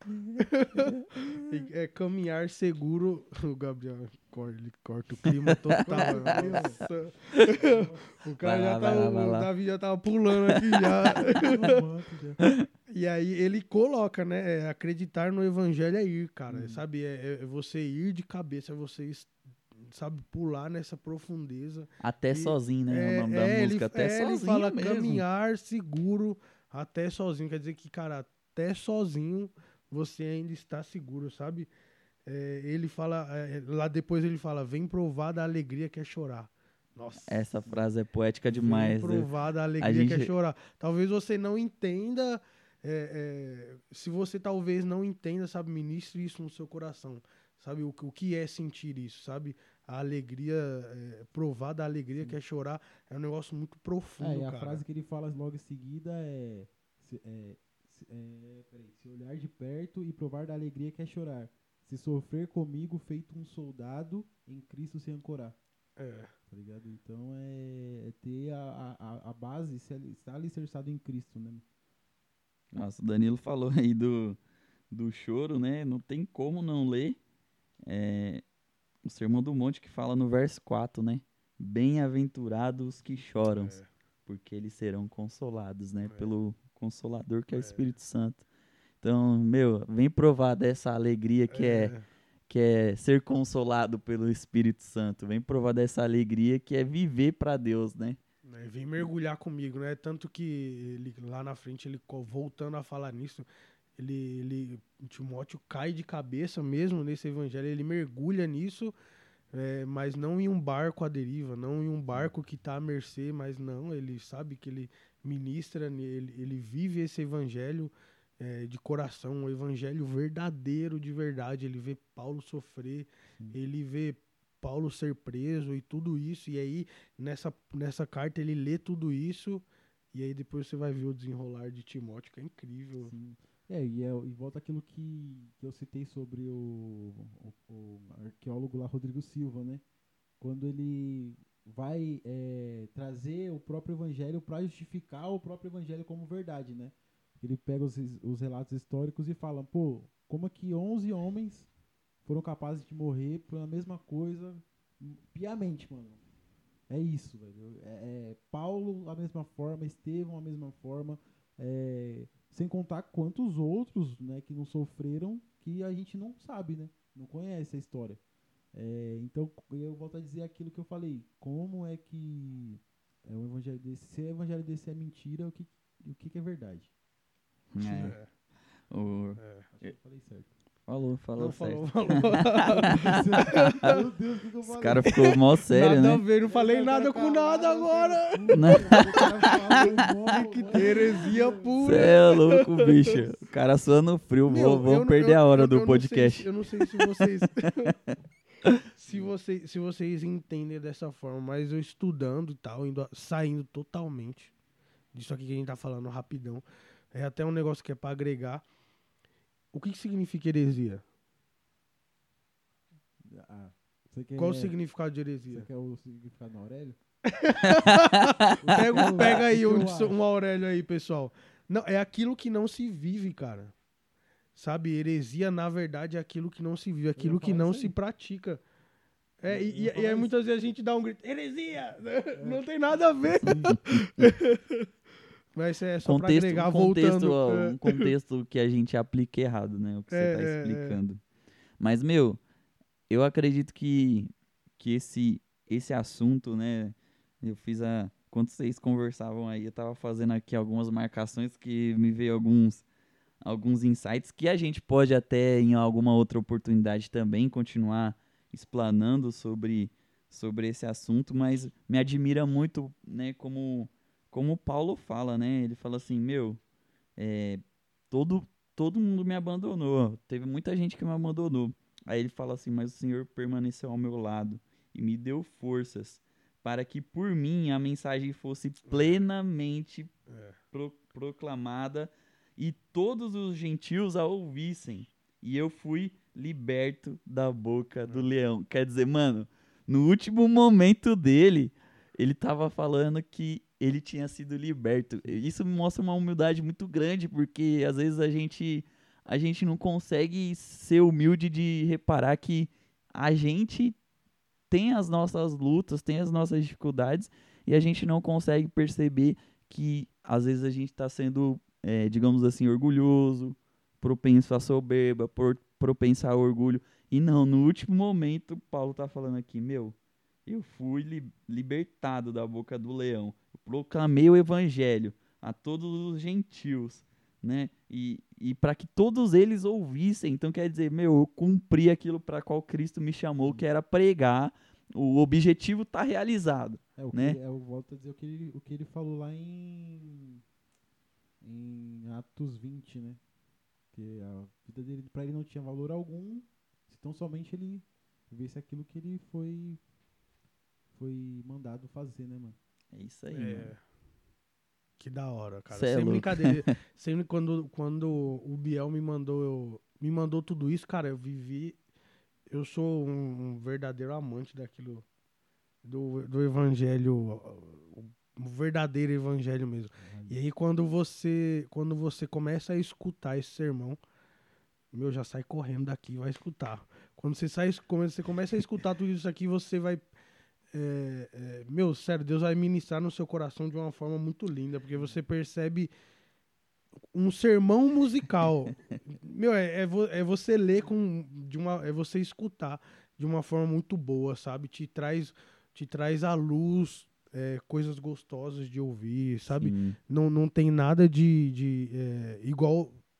e- é caminhar seguro. O Gabriel corta, ele corta o clima total. Nossa. O cara Vai lá, já vai tava. lá, vai O lá. Davi já tava pulando aqui já. Um manto já. E aí ele coloca, né? É, acreditar no evangelho é ir, cara. Uhum. Sabe? É, é você ir de cabeça, é você, es- sabe, pular nessa profundeza. Até E- sozinho, né? É, o nome da é, música. ele, Até é, sozinho ele fala mesmo. caminhar seguro até sozinho. Quer dizer que, cara, até sozinho você ainda está seguro, sabe? É, ele fala, é, lá depois ele fala, vem provar da alegria que é chorar. Nossa. Essa frase é poética demais. Vem né? provar da alegria que é gente- chorar. Talvez você não entenda, é, é, se você talvez não entenda, sabe, ministre isso no seu coração. Sabe, o, que- o que é sentir isso, sabe? A alegria, é, provar da alegria que é chorar, é um negócio muito profundo, É, e a cara. frase que ele fala logo em seguida é, se, é, se, é peraí, se olhar de perto e provar da alegria que é chorar. Se sofrer comigo, feito um soldado, em Cristo se ancorar. É, Tá ligado? Então é, é ter a, a, a base, se ali- estar alicerçado em Cristo, né? Nossa, o Danilo falou aí do, do choro, né? Não tem como não ler é, o Sermão do Monte que fala no verso quatro, né? Bem-aventurados os que choram, é, porque eles serão consolados, né? É. Pelo Consolador que é o É. Espírito Santo. Então, meu, vem provar dessa alegria que é, que é ser consolado pelo Espírito Santo. Vem provar dessa alegria que é viver pra Deus, né? né, vem mergulhar comigo, né? Tanto que ele, lá na frente, ele co- voltando a falar nisso, ele, ele, o Timóteo cai de cabeça mesmo nesse evangelho, ele mergulha nisso, é, mas não em um barco à deriva, não em um barco que está à mercê, mas não, ele sabe que ele ministra, ele, ele vive esse evangelho é, de coração, um evangelho verdadeiro de verdade. Ele vê Paulo sofrer, Sim. ele vê Paulo ser preso e tudo isso, e aí nessa, nessa carta ele lê tudo isso, e aí depois você vai ver o desenrolar de Timóteo, que é incrível. Sim. É, e, é, e volta aquilo que, que eu citei sobre o, o, o arqueólogo lá, Rodrigo Silva, né? Quando ele vai é, trazer o próprio evangelho para justificar o próprio evangelho como verdade, né? Ele pega os, os relatos históricos e fala, pô, como é que onze homens foram capazes de morrer pela mesma coisa piamente, mano? É isso, velho. É, é, Paulo, a mesma forma, Estevão, a mesma forma, é, sem contar quantos outros, né, que não sofreram, que a gente não sabe, né? Não conhece a história. É, então, eu volto a dizer aquilo que eu falei. Como é que é o evangelho desse, se o evangelho desse é mentira, o que, o que, que é verdade? É. É. O... É. Acho que eu falei certo. Falou, falou Não, certo. falou, falou. Meu Deus, o que, que eu falei? Esse cara ficou mó sério, Nada né? a ver, não falei nada com nada agora. Não. Que heresia pura. Cê é louco, bicho. O cara suando frio. Meu, vou vou eu não- perder eu- a hora eu- do eu não podcast. sei se- eu não sei se vocês... se, vocês se vocês entendem dessa forma, mas eu estudando e tal, indo, a- saindo totalmente disso aqui que a gente tá falando rapidão. É até um negócio que é pra agregar. O que, que significa heresia? Ah, você quer, Qual o significado de Você heresia? quer o significado na Aurélio? Pega, pega aí O que um, eu acho? um Aurélio aí, pessoal. Não, é aquilo que não se vive, cara. Sabe, heresia, na verdade, é aquilo que não se vive, aquilo que falar não isso se aí. pratica. É, Eu e, ia e- e falar aí isso. muitas vezes a gente dá um grito, heresia! Não tem nada a ver. Mas é só pra Contexto, agregar, um contexto, voltando. ó, é. um contexto que a gente aplica errado, né? O que você É, tá é, é. explicando. Mas, meu, eu acredito que, que esse, esse assunto, né? Eu fiz a... Quando vocês conversavam aí, eu tava fazendo aqui algumas marcações que me veio alguns, alguns insights que a gente pode até, em alguma outra oportunidade também, continuar explanando sobre, sobre esse assunto, mas me admira muito, né, como, como o Paulo fala, né? Ele fala assim, meu, é, todo, todo mundo me abandonou, teve muita gente que me abandonou. Aí ele fala assim, mas o Senhor permaneceu ao meu lado e me deu forças para que por mim a mensagem fosse plenamente É. pro- proclamada e todos os gentios a ouvissem. E eu fui liberto da boca do leão. Quer dizer, mano, no último momento dele, ele tava falando que ele tinha sido liberto. Isso me mostra uma humildade muito grande, porque às vezes a gente, a gente não consegue ser humilde de reparar que a gente tem as nossas lutas, tem as nossas dificuldades, e a gente não consegue perceber que às vezes a gente está sendo, é, digamos assim, orgulhoso, propenso à soberba, por, propenso ao orgulho. E não, no último momento, Paulo está falando aqui, meu, eu fui li- libertado da boca do leão, eu proclamei o evangelho a todos os gentios, né? E, e para que todos eles ouvissem. Então quer dizer, meu, eu cumpri aquilo para qual Cristo me chamou, que era pregar. O objetivo está realizado. É, o que Né? ele- eu volto a dizer o que ele, o que ele falou lá em, em Atos vinte, né? Que a vida dele, pra ele não tinha valor algum, então somente ele visse aquilo que ele foi, foi mandado fazer, né, mano? É isso aí, É. mano. Que da hora, cara. Cê é Sem louco. brincadeira. Sempre quando, quando o Biel me mandou, eu, me mandou tudo isso, cara, eu vivi. Eu sou um, um verdadeiro amante daquilo. Do, do evangelho. O o verdadeiro evangelho mesmo. E aí quando você. Quando você começa a escutar esse sermão, meu, já sai correndo daqui e vai escutar. Quando você sai, quando você começa a escutar tudo isso aqui, você vai. É, é, meu, sério, Deus vai ministrar no seu coração de uma forma muito linda, porque você percebe um sermão musical. Meu, é, é, vo- é você ler com de uma, é você escutar de uma forma muito boa, sabe? Te traz, te traz à luz é, coisas gostosas de ouvir, sabe? Sim. Não, não tem nada de, de é, igual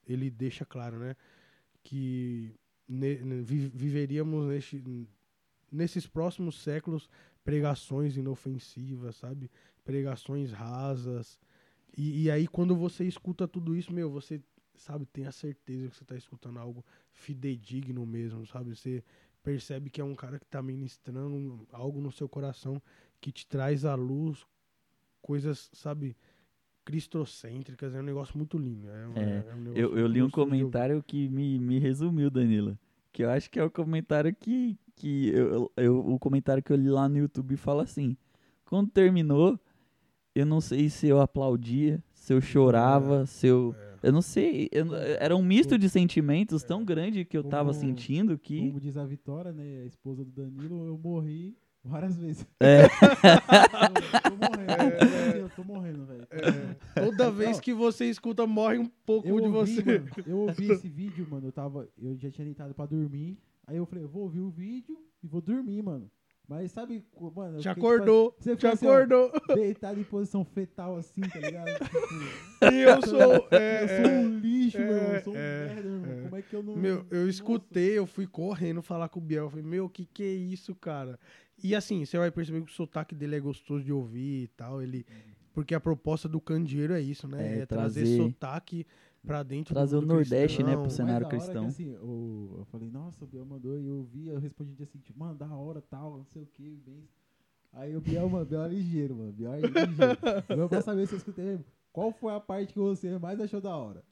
ele deixa claro, né? Que ne, ne, vi, viveríamos neste, nesses próximos séculos pregações inofensivas, sabe? Pregações rasas. E, e aí, quando você escuta tudo isso, meu, você, sabe, tem a certeza que você tá escutando algo fidedigno mesmo, sabe? Você percebe que é um cara que tá ministrando algo no seu coração que te traz à luz coisas, sabe, cristocêntricas. É um negócio muito lindo. É, um- É, é um negócio Eu, eu muito li um gostoso de ouvir. comentário que me, me resumiu, Danilo. Que eu acho que é o comentário que. que eu, eu, o comentário que eu li lá no YouTube fala assim: quando terminou, eu não sei se eu aplaudia, se eu chorava, se eu. É. Eu não sei. eu- era um misto de sentimentos tão grande que eu tava Como- sentindo que. Como diz a Vitória, né? A esposa do Danilo, eu morri várias vezes. É, Eu tô morrendo. É, Eu tô morrendo, velho. É, toda vez Não. que você escuta, morre um pouco Eu de ouvi, você. mano, eu ouvi esse vídeo, mano. Eu tava. Eu já tinha deitado pra dormir. Aí eu falei, eu vou ouvir o vídeo e vou dormir, mano. Mas sabe, co- mano. eu Te fiquei, acordou, tipo, você te fica assim, ó, acordou. deitado em posição fetal assim, tá ligado? Tipo, E eu sou. é, eu sou é, um lixo, meu irmão. é, Eu sou um é, merda, meu irmão. é. Como é que eu não. Meu, eu Nossa. escutei, eu fui correndo falar com o Biel. Eu falei, meu, que que é isso, cara? E assim, você vai perceber que o sotaque dele é gostoso de ouvir e tal. Ele, porque a proposta do Candeeiro é isso, né? É, É, trazer, trazer- sotaque pra dentro trazer do o mundo Nordeste, né, pro cristão. cenário Mas da hora cristão. que, assim, o- eu falei, nossa, o Biel mandou, e eu vi, eu respondi assim, tipo, mano, da hora, tal, não sei o que, bem. Aí o Biel, mano, Biel é ligeiro, mano, Biel é ligeiro. Eu pra saber se eu escutei mesmo. Qual foi a parte que você mais achou da hora?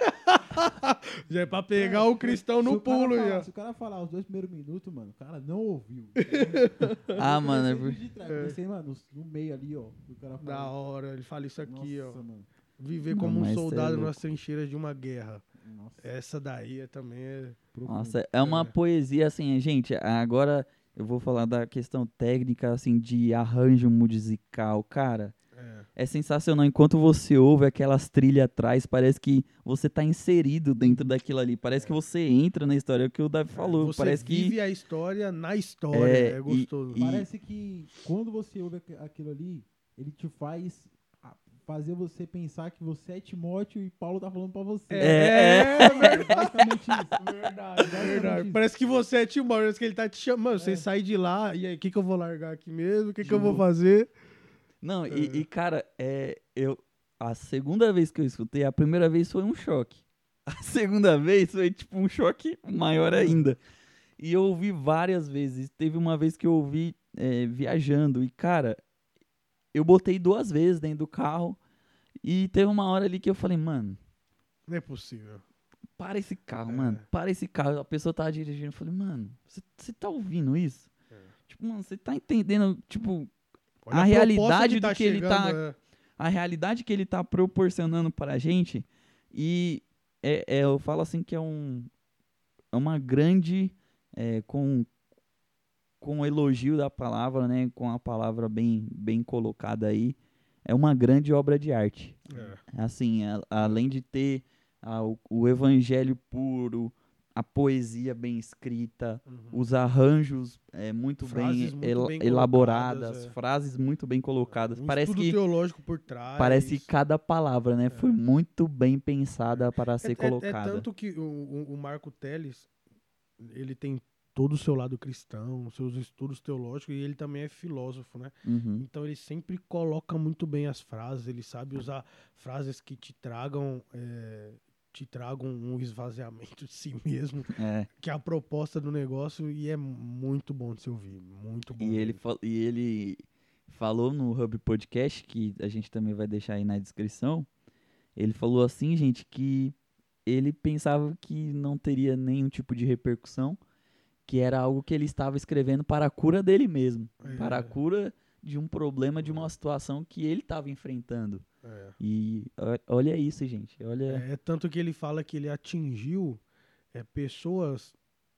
Já é pra pegar É, o cristão se no o cara pulo, falar- já. Se o cara falar os dois primeiros minutos, mano, o cara não ouviu. Ah, Eu mano, é comecei por- de trás, comecei, mano, no meio ali, ó, o cara Da falou. hora, ele fala isso aqui, Nossa, ó. mano. Viver Não, como um mas cê é soldado louco. nas trincheiras de uma guerra. Nossa, Essa daí é também é... profundo. Nossa, é uma É. poesia assim, gente. Agora eu vou falar da questão técnica, assim, de arranjo musical, cara. é. É sensacional. Enquanto você ouve aquelas trilhas atrás, parece que você tá inserido dentro daquilo ali. Parece que você entra na história, é o que o Davi falou. Você Parece vive que a história na história, É, é, e- gostoso. e- Parece que quando você ouve aqu- aquilo ali, ele te faz a- fazer você pensar que você é Timóteo e Paulo tá falando pra você. É, É, é, É verdade, basicamente isso. verdade, Basicamente verdade. isso. Parece que você é Timóteo, parece que ele tá te chamando. Você É. sai de lá, e aí, o que, que eu vou largar aqui mesmo? O que, que eu Tipo, vou fazer? Não, e, e, cara, é, eu, a segunda vez que eu escutei, a primeira vez foi um choque. A segunda vez foi, tipo, um choque maior ainda. E eu ouvi várias vezes. Teve uma vez que eu ouvi é, viajando. E, cara, eu botei duas vezes dentro do carro. E teve uma hora ali que eu falei, mano, Não é possível. para esse carro, É. mano. Para esse carro. A pessoa tava dirigindo. Eu falei, mano, você tá ouvindo isso? É. Tipo, mano, você tá entendendo, tipo, Olha A proposta realidade do que ele tá- chegando, é. a realidade que ele tá proporcionando pra gente. E é, é, eu falo assim que é um é uma grande é, com com o elogio da palavra, né, com a palavra bem bem colocada aí, é uma grande obra de arte. É. Assim, a- além de ter ah, o, o evangelho puro, a poesia bem escrita, Uhum. os arranjos é, muito Frases bem, muito ela- bem elaboradas, colocadas, é. frases muito bem colocadas. Um Parece estudo que teológico por trás. parece que cada palavra, né, foi muito bem pensada para ser é, é- colocada. É tanto que o, o- o Marco Teles, ele tem todo o seu lado cristão, seus estudos teológicos, e ele também é filósofo, né? Uhum. Então ele sempre coloca muito bem as frases, ele sabe usar frases que te tragam, é, te tragam um esvaziamento de si mesmo, É. que é a proposta do negócio, e é muito bom de se ouvir, muito bom. E ele, mesmo. fa- e ele falou no Hub Podcast, que a gente também vai deixar aí na descrição, ele falou assim, gente, que ele pensava que não teria nenhum tipo de repercussão, que era algo que ele estava escrevendo para a cura dele mesmo, É. para a cura de um problema, de uma situação que ele estava enfrentando. É. E ó- olha isso, gente, olha... É, é tanto que ele fala que ele atingiu é, pessoas,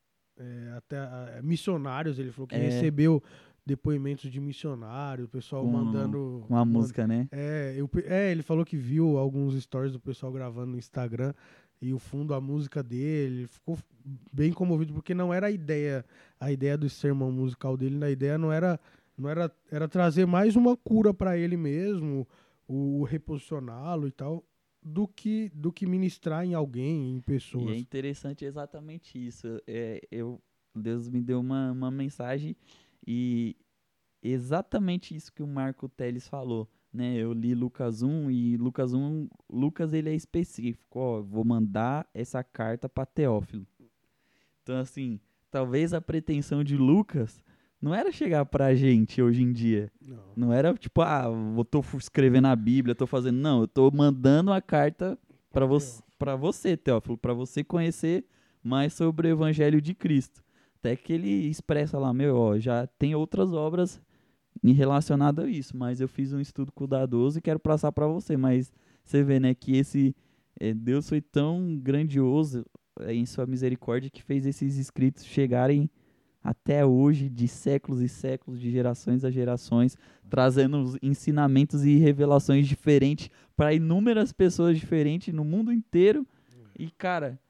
é, até ah, missionários, ele falou que É. recebeu depoimentos de missionários, o pessoal Com- mandando... Com a mand- música, né? É, eu, pe- é, ele falou que viu alguns stories do pessoal gravando no Instagram e o fundo, a música dele, ele ficou f- bem comovido, porque não era a ideia, a ideia do sermão musical dele, a ideia não era, não era, era trazer mais uma cura pra ele mesmo, o reposicioná-lo e tal, do que, do que ministrar em alguém, em pessoas. E é interessante exatamente isso. É, eu, Deus me deu uma, uma mensagem e exatamente isso que o Marco Teles falou, né? Eu li Lucas um e Lucas um, Lucas ele é específico, ó, vou mandar essa carta para Teófilo. Então assim, talvez a pretensão de Lucas não era chegar pra gente hoje em dia. Não. Não era tipo, ah, eu tô escrevendo a Bíblia, tô fazendo, não, eu tô mandando a carta para você, para você, Teófilo, para você conhecer mais sobre o evangelho de Cristo. Até que ele expressa lá, meu, ó, já tem outras obras relacionadas a isso, mas eu fiz um estudo cuidadoso e quero passar para você. Mas você vê, né, que esse é, Deus foi tão grandioso é, em sua misericórdia que fez esses escritos chegarem até hoje, de séculos e séculos, de gerações a gerações, trazendo os ensinamentos e revelações diferentes para inúmeras pessoas diferentes no mundo inteiro. E, cara,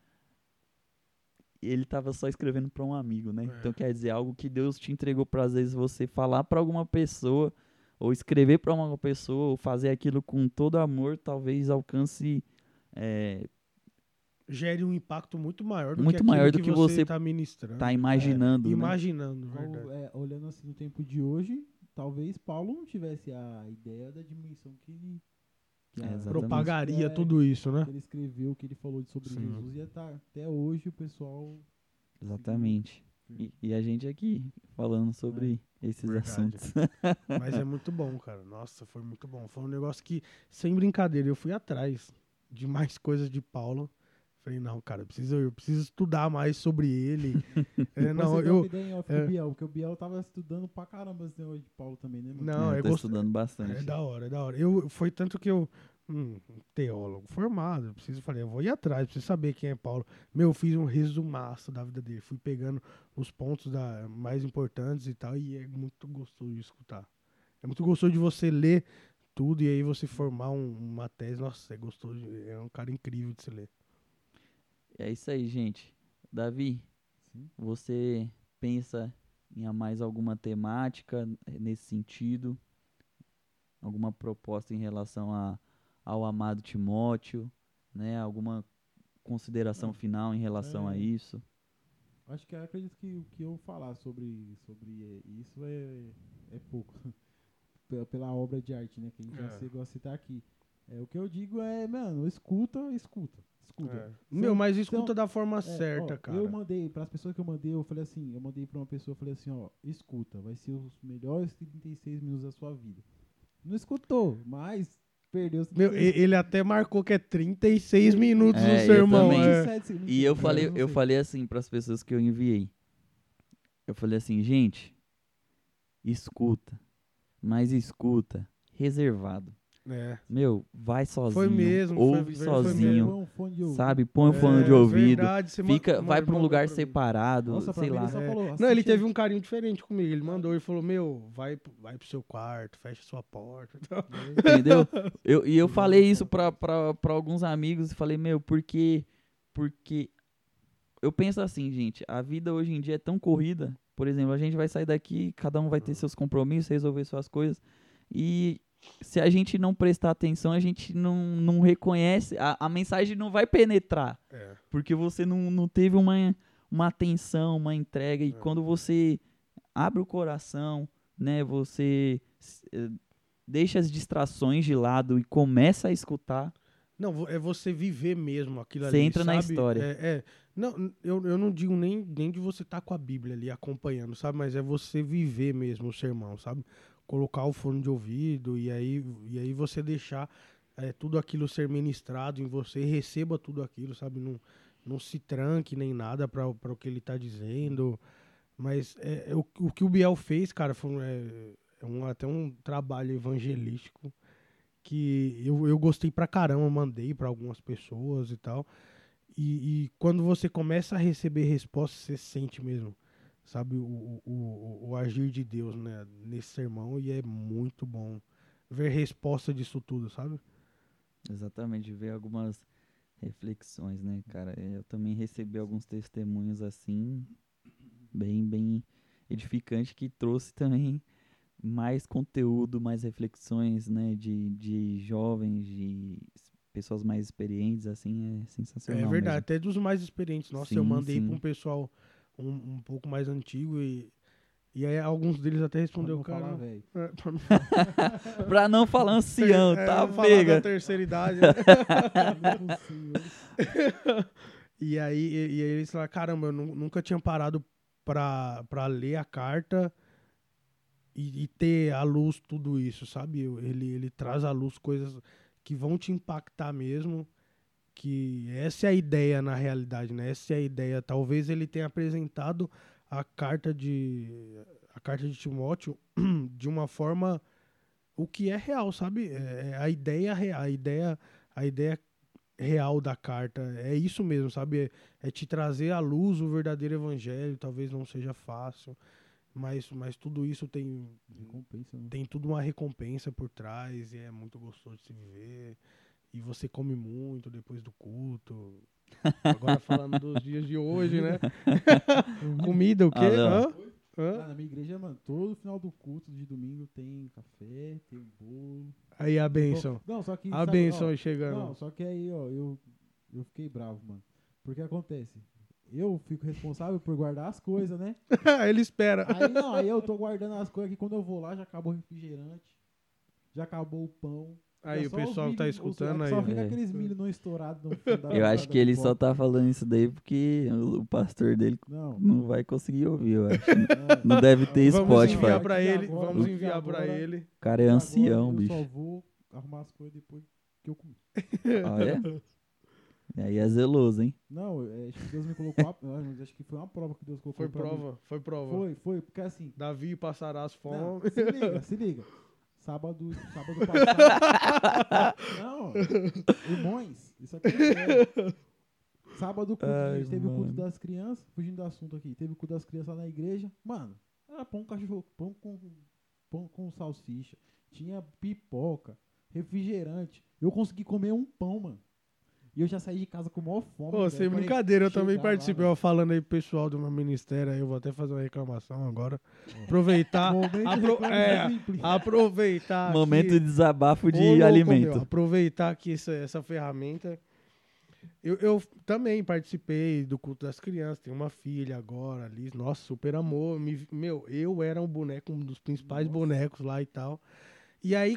ele estava só escrevendo para um amigo, né? É. Então, quer dizer, algo que Deus te entregou para, às vezes, você falar para alguma pessoa, ou escrever para uma pessoa, ou fazer aquilo com todo amor, talvez alcance... É, gere um impacto muito maior do muito que maior aquilo do que você você está ministrando. tá imaginando, É, né? imaginando, Ao- verdade. é, olhando assim no tempo de hoje, talvez Paulo não tivesse a ideia da dimensão que ele que É, a- exatamente. Propagaria é, tudo isso, né? que ele escreveu, que ele falou de sobre Sim. Jesus, ia estar até hoje o pessoal Exatamente. E, e a gente aqui falando sobre esses Verdade. assuntos. Mas é muito bom, cara. Nossa, foi muito bom. Foi um negócio que, sem brincadeira, eu fui atrás de mais coisas de Paulo. Falei, não, cara, eu preciso, eu preciso estudar mais sobre ele. É, Mas não, você deu uma eu. ideia em off é. do Biel, porque o Biel tava estudando pra caramba esse negócio de Paulo também, né, mano? Não, É, eu tô gosto. estudando bastante. É da hora, é da hora. Eu, foi tanto que eu, hum, teólogo formado, eu preciso, falei, eu vou ir atrás, preciso saber quem é Paulo. Meu, eu fiz um resumaço da vida dele, fui pegando os pontos da, mais importantes e tal, e é muito gostoso de escutar. É muito gostoso de você ler tudo e aí você formar um- uma tese. Nossa, é gostoso, de- é um cara incrível de se ler. É isso aí, gente. Davi, Sim. você pensa em a mais alguma temática nesse sentido? Alguma proposta em relação a, ao amado Timóteo, né? Alguma consideração Não, final em relação a é- isso? Acho que eu acredito que o que eu falar sobre, sobre isso é, é pouco. Pela, pela obra de arte, né? Que a gente já É. chegou a citar aqui. É, o que eu digo é, mano, escuta, escuta, escuta. É. Se Meu, eu- mas se eu- escuta da forma é, certa, ó, cara. Eu mandei, para as pessoas que eu mandei, eu falei assim, eu mandei pra uma pessoa, eu falei assim, ó, escuta, vai ser os melhores trinta e seis minutos da sua vida. Não escutou, mas perdeu os Meu, trinta e seis e- ele até marcou que é trinta e seis minutos É, no eu sermão. também. É. vinte e sete segundos, E eu não falei, sei. eu falei assim para as pessoas que eu enviei. Eu falei assim, gente, escuta, mas escuta reservado. É. Meu, vai sozinho, Foi mesmo, ouve foi, foi sozinho, mesmo. Põe um fone de ouvido. sabe? Põe um É, fone de ouvido, verdade, você fica, ma- vai para um mandou lugar pra mim. separado, Nossa, pra sei mim lá. ele só É. falou, Não, ele assiste teve aí. um carinho diferente comigo. Ele mandou e falou: Meu, vai, pro- vai pro seu quarto, fecha sua porta. Entendeu? Eu, e eu falei isso pra, pra, pra alguns amigos e falei, meu, porque, porque eu penso assim, gente, a vida hoje em dia é tão corrida. Por exemplo, a gente vai sair daqui, cada um vai ter seus compromissos, resolver suas coisas. E se a gente não prestar atenção, a gente não, não reconhece, a, a mensagem não vai penetrar. É. Porque você não, não teve uma, uma atenção, uma entrega. E É. quando você abre o coração, né, você eh, deixa as distrações de lado e começa a escutar. Não, vo- é você viver mesmo aquilo Você ali. entra na sabe? história. É, é. Não, n- eu, eu não digo nem, nem de você estar com a Bíblia ali acompanhando, sabe? Mas é você viver mesmo o sermão, sabe? Colocar o fone de ouvido e aí, e aí você deixar é, tudo aquilo ser ministrado em você, receba tudo aquilo, sabe? Não, não se tranque nem nada para o que ele tá dizendo. Mas é, é o, o que o Biel fez, cara, foi um, é, é um, até um trabalho evangelístico que eu, eu gostei pra caramba, mandei pra algumas pessoas e tal. E, e quando você começa a receber respostas, você sente mesmo, sabe, o, o, o, o agir de Deus, né, nesse sermão, e é muito bom ver resposta disso tudo, sabe? Exatamente, ver algumas reflexões, né, cara? Eu também recebi alguns testemunhos assim, bem, bem edificante, que trouxe também mais conteúdo, mais reflexões, né, de, de jovens, de pessoas mais experientes, assim, é sensacional. É verdade, mesmo. até dos mais experientes. Nossa, Sim, eu mandei sim. pra um pessoal um, um pouco mais antigo e, e aí alguns deles até responderam, Pra não cara. falar, velho. É, pra não Pra não falar ancião, é, tá, não falar pega? da terceira idade. Né? Não é possível. E aí, e, e aí eles falaram, caramba, eu nu- nunca tinha parado pra, pra ler a carta e, e ter à luz tudo isso, sabe? Eu- Ele, ele traz à luz coisas que vão te impactar mesmo, que essa é a ideia na realidade, né? Essa é a ideia. Talvez ele tenha apresentado a carta de a carta de Timóteo de uma forma o que é real, sabe? É, é a ideia real, a ideia, a ideia real da carta. É isso mesmo, sabe? É, é te trazer à luz o verdadeiro evangelho. Talvez não seja fácil, mas, mas tudo isso tem, Recompensa, né? tem tudo uma recompensa por trás e é muito gostoso de se viver. E você come muito depois do culto. Agora falando dos dias de hoje, né? Comida, o quê? Ah, não. Hã? Hã? Ah, na minha igreja, mano, todo final do culto de domingo tem café, tem bolo. Aí a benção. Não, só que. A sabe, benção ó, aí chegando. Não, só que aí, ó, eu, eu fiquei bravo, mano. Porque acontece, eu fico responsável por guardar as coisas, né? Ele espera. Aí não, aí eu tô guardando as coisas que quando eu vou lá já acabou o refrigerante, já acabou o pão. Aí já o só os pessoal que tá milho- escutando os- aí. Só ó. fica É. aqueles milho não estourados no fundo da Eu acho da que ele só pipoca. tá falando isso daí porque o, o pastor dele Não. não vai conseguir ouvir, eu acho. é. Não deve ter Vamos Spotify. enviar pra De ele. agora, Vamos de enviar pra agora, ele. O cara é Agora ancião, eu bicho. só vou arrumar as coisas depois que eu comi. Ah, é? E aí é zeloso, hein? Não, é, acho que Deus me colocou. A, não, acho que foi uma prova que Deus colocou Foi pra mim. prova, foi prova. Foi, foi, porque assim. Davi passará as Não, fome. se liga, se liga. Sábado, sábado passado. Não, irmãos, isso aqui é sério. Sábado, culto, Ai, gente, teve o culto mano. das crianças, fugindo do assunto aqui. Teve o culto das crianças lá na igreja. Mano, era pão com cachorro, pão com, pão com salsicha. Tinha pipoca, refrigerante. Eu consegui comer um pão, mano. E eu já saí de casa com maior fome. Pô, velho. sem Eu falei, brincadeira, eu chegar também lá, participo. velho. Eu falando aí pro pessoal do meu ministério, aí eu vou até fazer uma reclamação agora. Aproveitar. Momento de apro- reclamação é, simples. aproveitar. Momento que- de desabafo de Ô, louco, alimento. meu, aproveitar aqui essa, essa ferramenta. Eu, eu também participei do culto das crianças. Tenho uma filha agora ali. Nossa, super amor. Me- meu, eu era um boneco, um dos principais Nossa. bonecos lá e tal. E aí,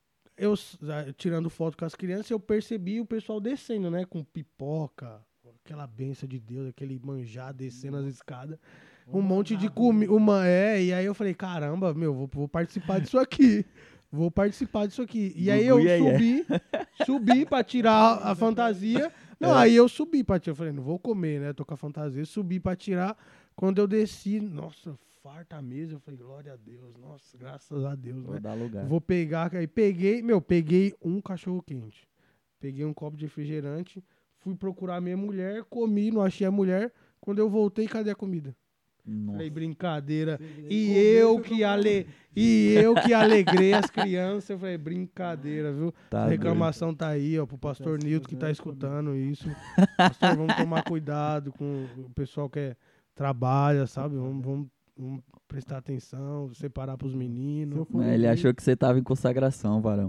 eu s- ah, tirando foto com as crianças, eu percebi o pessoal descendo, né? Com pipoca, aquela benção de Deus, aquele manjar descendo as escadas. Um monte de comida. Uma, é, e aí eu falei, caramba, meu, vou, vou participar disso aqui. Vou participar disso aqui. E aí eu Gugu, iê, iê. subi, subi pra tirar a fantasia. Não, É. aí eu subi pra tirar. Eu falei, não vou comer, né? Tô com a fantasia. Subi pra tirar. Quando eu desci, nossa, farta a mesa. Eu falei, glória a Deus. Nossa, graças a Deus, Vou né? dar lugar. Vou pegar. Aí peguei, meu, peguei um cachorro quente. Peguei um copo de refrigerante. Fui procurar minha mulher, comi, não achei a mulher. Quando eu voltei, cadê a comida? Nossa. Falei, brincadeira. Você E comeu, eu você que comeu. ale... e eu que alegrei as crianças. Eu falei, brincadeira, viu? Tá A reclamação tá aí, ó, pro pastor Acontece Nilton que coisa tá aí escutando isso. Pastor, vamos tomar cuidado com o pessoal que é, trabalha, sabe? Vamos, vamos, vamos prestar atenção, separar pros Se eu meninos. for Ele eleito- achou que você tava em consagração, varão.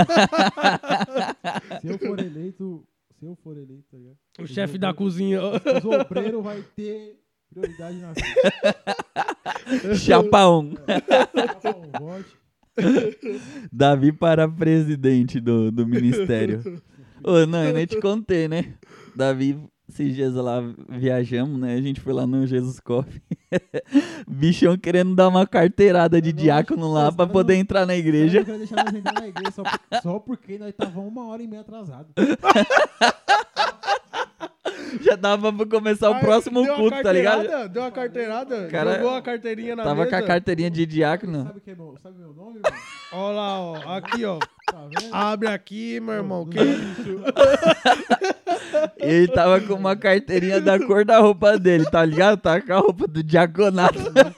Se eu for eleito, se eu for eleito, tá ligado? O Os chefe da obreiros- cozinha. ó. Os obreiros vai ter prioridade na vida. Chapa um. Tá bom, vote. Davi para presidente do, do ministério. Ô, não, eu nem te contei, né? Davi, esses dias lá viajamos, né? A gente foi lá no Jesus Coffee. Bichão querendo dar uma carteirada de Eu não diácono acho- lá Os pra caras poder não- entrar na Eu igreja. não queria deixar nós entrar na igreja só, por- só porque nós tava uma hora e meia atrasado. Já dava pra começar o Aí, próximo deu uma culto, tá ligado? carteirada, Deu uma carteirada, Cara, jogou a carteirinha na Tava mesa. com a carteirinha de diácono. Sabe, que é meu, sabe meu nome, irmão? Olha lá, ó. Aqui, ó. Tá vendo? Abre aqui, meu irmão. Não Que é isso? Ele tava com uma carteirinha da cor da roupa dele, tá ligado? Tava com a roupa do diaconato.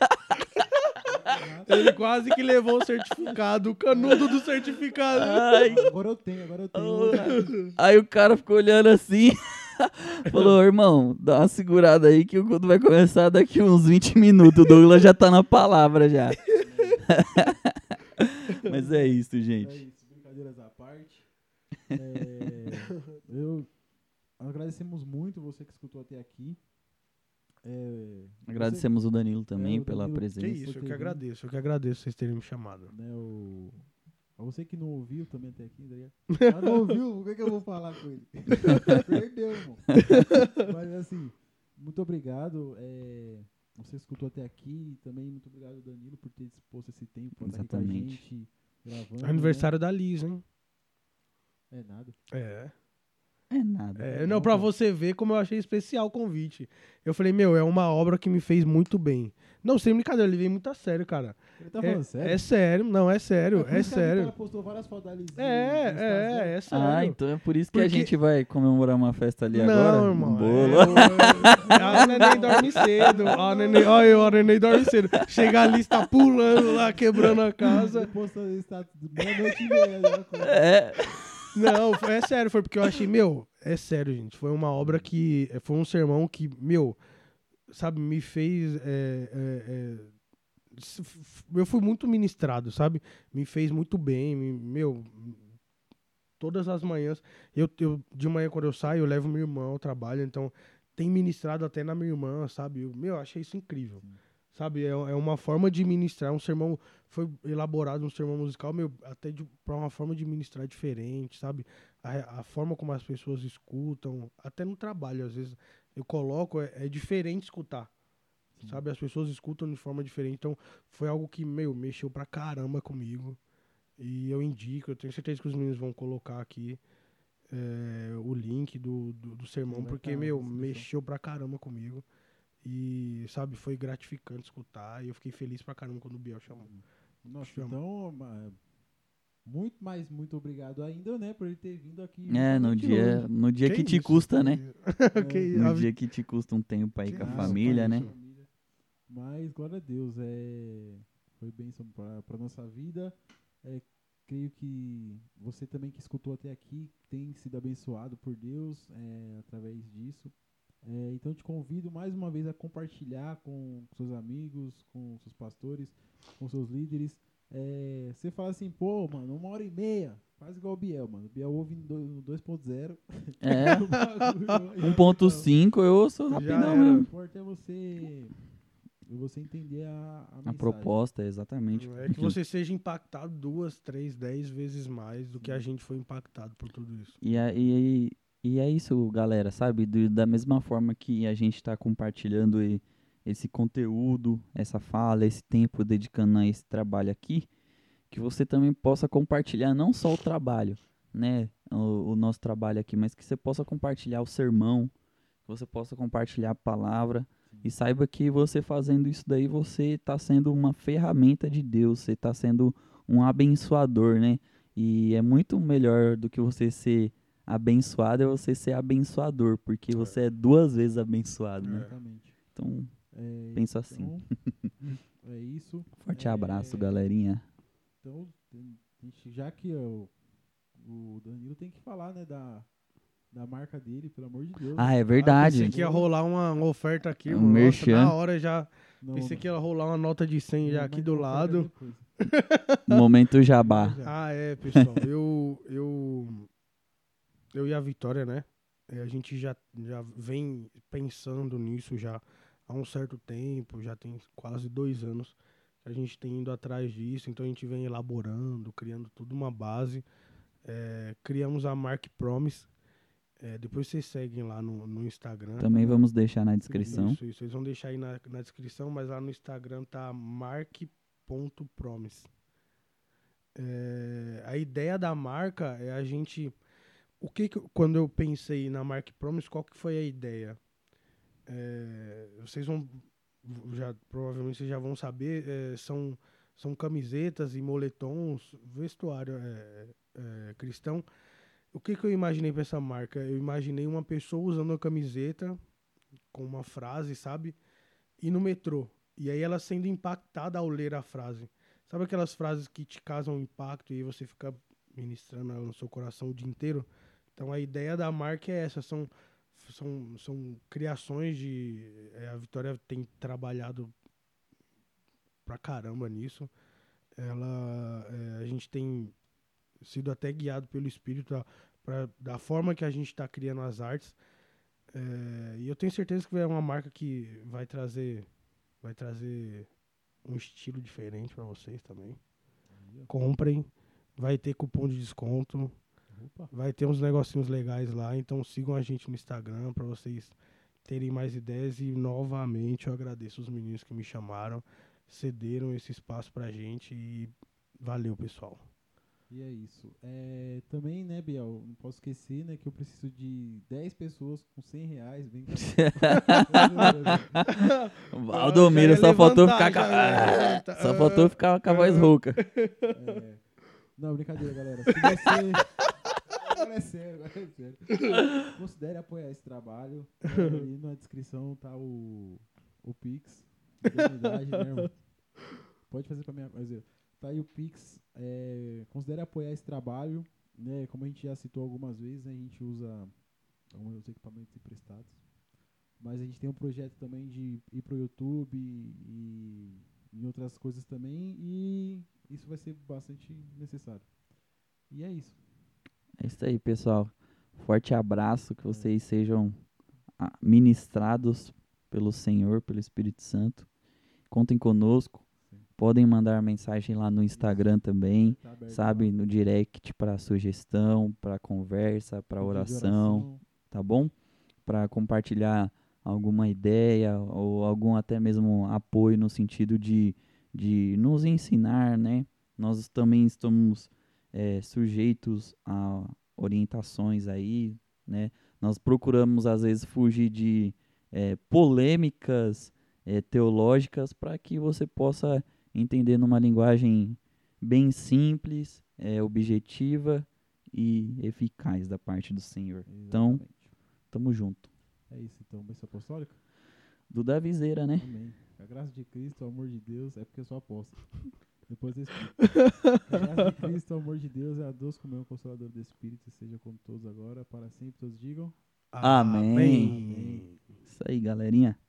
Ele quase que levou o certificado, o canudo do certificado. Ai, Agora eu tenho, agora eu tenho. oh. Aí o cara ficou olhando assim. Falou, irmão, dá uma segurada aí que o culto vai começar daqui uns vinte minutos. O Douglas já tá na palavra já. Mas é isso, É gente. isso, brincadeiras à parte. É, eu agradecemos muito você que escutou até aqui. É, Agradecemos o Danilo também É, o pela Danilo- presença. Que isso, eu que agradeço, eu que agradeço vocês terem me chamado. Né, o, a você que não ouviu também até aqui, tá ligado? Ah, não ouviu? O que, é que eu vou falar com ele? Perdeu, irmão. Mas assim, muito obrigado. É, você escutou até aqui. Também muito obrigado, Danilo, por ter disposto esse tempo pra estar aqui com a Exatamente. gente gravando. Aniversário da Liz, hein? Né? É nada. É. É nada. É, não, pra você ver como eu achei especial o convite. Eu falei, meu, é uma obra que me fez muito bem. Não, sem brincadeira, ele veio muito a sério, cara. Ele tá É, falando sério? é sério, não, é sério, por é isso que a Vitória sério. postou várias fotos da Liz no- É, no é, Instagram. é sério. Ah, então é por isso que a Porque- gente vai comemorar uma festa ali não, agora? irmão. Um bolo. É, é, a neném dorme cedo. A neném, olha eu, a neném dorme cedo. Chega ali, está pulando lá, quebrando a casa. Você postou status meia-noite e meia. Né? É. Não, foi- é sério, foi porque eu achei, meu, é sério, gente. Foi uma obra que. Foi um sermão que, meu, sabe, me fez. é, é, é, s- f- eu fui muito ministrado, sabe? Me fez muito bem. me- meu, todas as manhãs. Eu, eu, de manhã, quando eu saio, eu levo minha irmã ao trabalho, então tem ministrado até na minha irmã, sabe? Eu, meu, achei isso incrível. Sabe, é, é uma forma de ministrar, um sermão, foi elaborado um sermão musical, meu, até de, pra uma forma de ministrar diferente, sabe? A, a forma como as pessoas escutam, até no trabalho, às vezes, eu coloco, é, é diferente escutar, Sim. sabe? As pessoas escutam de forma diferente, então foi algo que, meu, mexeu pra caramba comigo, e eu indico, eu tenho certeza que os meninos vão colocar aqui é, o link do, do, do sermão, Vai porque, tá na meu, descrição. mexeu pra caramba comigo. E, sabe, foi gratificante escutar. E eu fiquei feliz pra caramba quando o Biel chamou. Nossa, Chama. então, ma- muito mais, muito obrigado ainda, né, por ele ter vindo aqui. É, no justamente dia, hoje. no dia que, te isso? custa, né? Que É, isso? No A- dia que te custa um tempo aí Que com a isso, família, pai, né? isso. Família. Mas, glória a Deus, é, foi bênção pra, pra nossa vida. É, creio que você também que escutou até aqui tem sido abençoado por Deus é, através disso. É, então te convido mais uma vez a compartilhar com seus amigos, com seus pastores, com seus líderes. É, você fala assim, pô, mano, uma hora e meia, faz igual o Biel, mano. O Biel ouve no dois ponto zero. É, um ponto cinco eu ouço Já rapidão era. O mesmo. importante é você, você entender a, a, A mensagem. proposta, exatamente. É que você seja impactado duas, três, dez vezes mais do que a gente foi impactado por tudo isso. E, é- e, e é isso, galera, sabe? Do- da mesma forma que a gente está compartilhando e- esse conteúdo, essa fala, esse tempo dedicando a esse trabalho aqui, que você também possa compartilhar não só o trabalho, né? O, o nosso trabalho aqui, mas que você possa compartilhar o sermão, que você possa compartilhar a palavra. E saiba que você fazendo isso daí, você está sendo uma ferramenta de Deus, você está sendo um abençoador, né? E é muito melhor do que você ser abençoado, é você ser abençoador, porque você é duas vezes abençoado, né? Exatamente. Então, É, pensa assim. então, é isso. Forte É, abraço, galerinha. Então, tem- tem que- já que o, o Danilo tem que falar, né, da, da marca dele, pelo amor de Deus. Ah, né? é Ah, verdade. pensei que ia rolar uma, uma oferta aqui, Um mano. Nossa, merchan. na hora já. Não, Pensei não. que ia rolar uma nota de cem já Não, aqui mas do oferta lado. depois. Momento jabá. Ah, é, pessoal. eu, eu, eu e a Vitória, né? é, A gente já, já vem pensando nisso já há um certo tempo, já tem quase dois anos que a gente tem indo atrás disso, então a gente vem elaborando, criando toda uma base. É, criamos a Mark Promise. É, depois vocês seguem lá no, no Instagram. Também vamos deixar na descrição. Isso, isso. Eles vão deixar aí na, na descrição, mas lá no Instagram tá mark ponto promise. É, a ideia da marca é a gente... O que, que eu- quando eu pensei na Mark Promise, qual que foi a ideia? É, vocês vão... Já, provavelmente vocês já vão saber, é, são, são camisetas e moletons, vestuário é, é, cristão. O que, que eu imaginei para essa marca? Eu imaginei uma pessoa usando uma camiseta com uma frase, sabe? E no metrô. E aí ela sendo impactada ao ler a frase. Sabe aquelas frases que te causam impacto e aí você fica ministrando ela no seu coração o dia inteiro? Então a ideia da marca é essa. São, são, são criações de... é, a Vitória tem trabalhado pra caramba nisso. Ela, é, a gente tem sido até guiado pelo Espírito pra, da forma que a gente tá criando as artes. É, e eu tenho certeza que é uma marca que vai trazer, vai trazer um estilo diferente pra vocês também. Comprem, vai ter cupom de desconto, Opa. vai ter uns negocinhos legais lá, então sigam a gente no Instagram pra vocês terem mais ideias. E novamente eu agradeço os meninos que me chamaram, cederam esse espaço pra gente e valeu, pessoal. E é isso. É, também, né, Biel, não posso esquecer, né, que eu preciso de dez pessoas com cem reais. Vem cá. Valdomiro Já ia só faltou ficar levantar, com já ia a... levantar. Só faltou ficar com a voz rouca. É, não, brincadeira, galera. Se você... Agora é sério, agora é sério. Considere apoiar esse trabalho. É, ali na descrição tá o, o Pix. Indemnidade, né, irmão? Pode fazer pra minha coisa. Tá aí o Pix. É, considere apoiar esse trabalho. Né, como a gente já citou algumas vezes, né, a gente usa alguns equipamentos emprestados. Mas a gente tem um projeto também de ir pro YouTube e, e outras coisas também. E isso vai ser bastante necessário. E é isso. É isso aí, pessoal. Forte abraço, que vocês sejam ah, ministrados pelo Senhor, pelo Espírito Santo. Contem conosco. Sim. Podem mandar mensagem lá no Instagram também, Tá aberto sabe? lá. No direct para sugestão, para conversa, para Pedido de oração, tá bom? Para compartilhar alguma ideia ou algum até mesmo apoio no sentido de, de nos ensinar, né? Nós também estamos é, sujeitos a orientações aí, né? Nós procuramos às vezes fugir de é, polêmicas é, teológicas para que você possa entender numa linguagem bem simples, é, objetiva e eficaz da parte do Senhor. Então, Exatamente. tamo junto. É isso então, bênção apostólica? Do da viseira, né? Amém. A graça de Cristo, o amor de Deus, é porque eu sou apóstolo. Depois eu explico. A graça de Cristo, o amor de Deus, é a doce comunhão consoladora do Espírito, seja com todos agora, para sempre, todos digam. Amém. Amém. Isso aí, galerinha.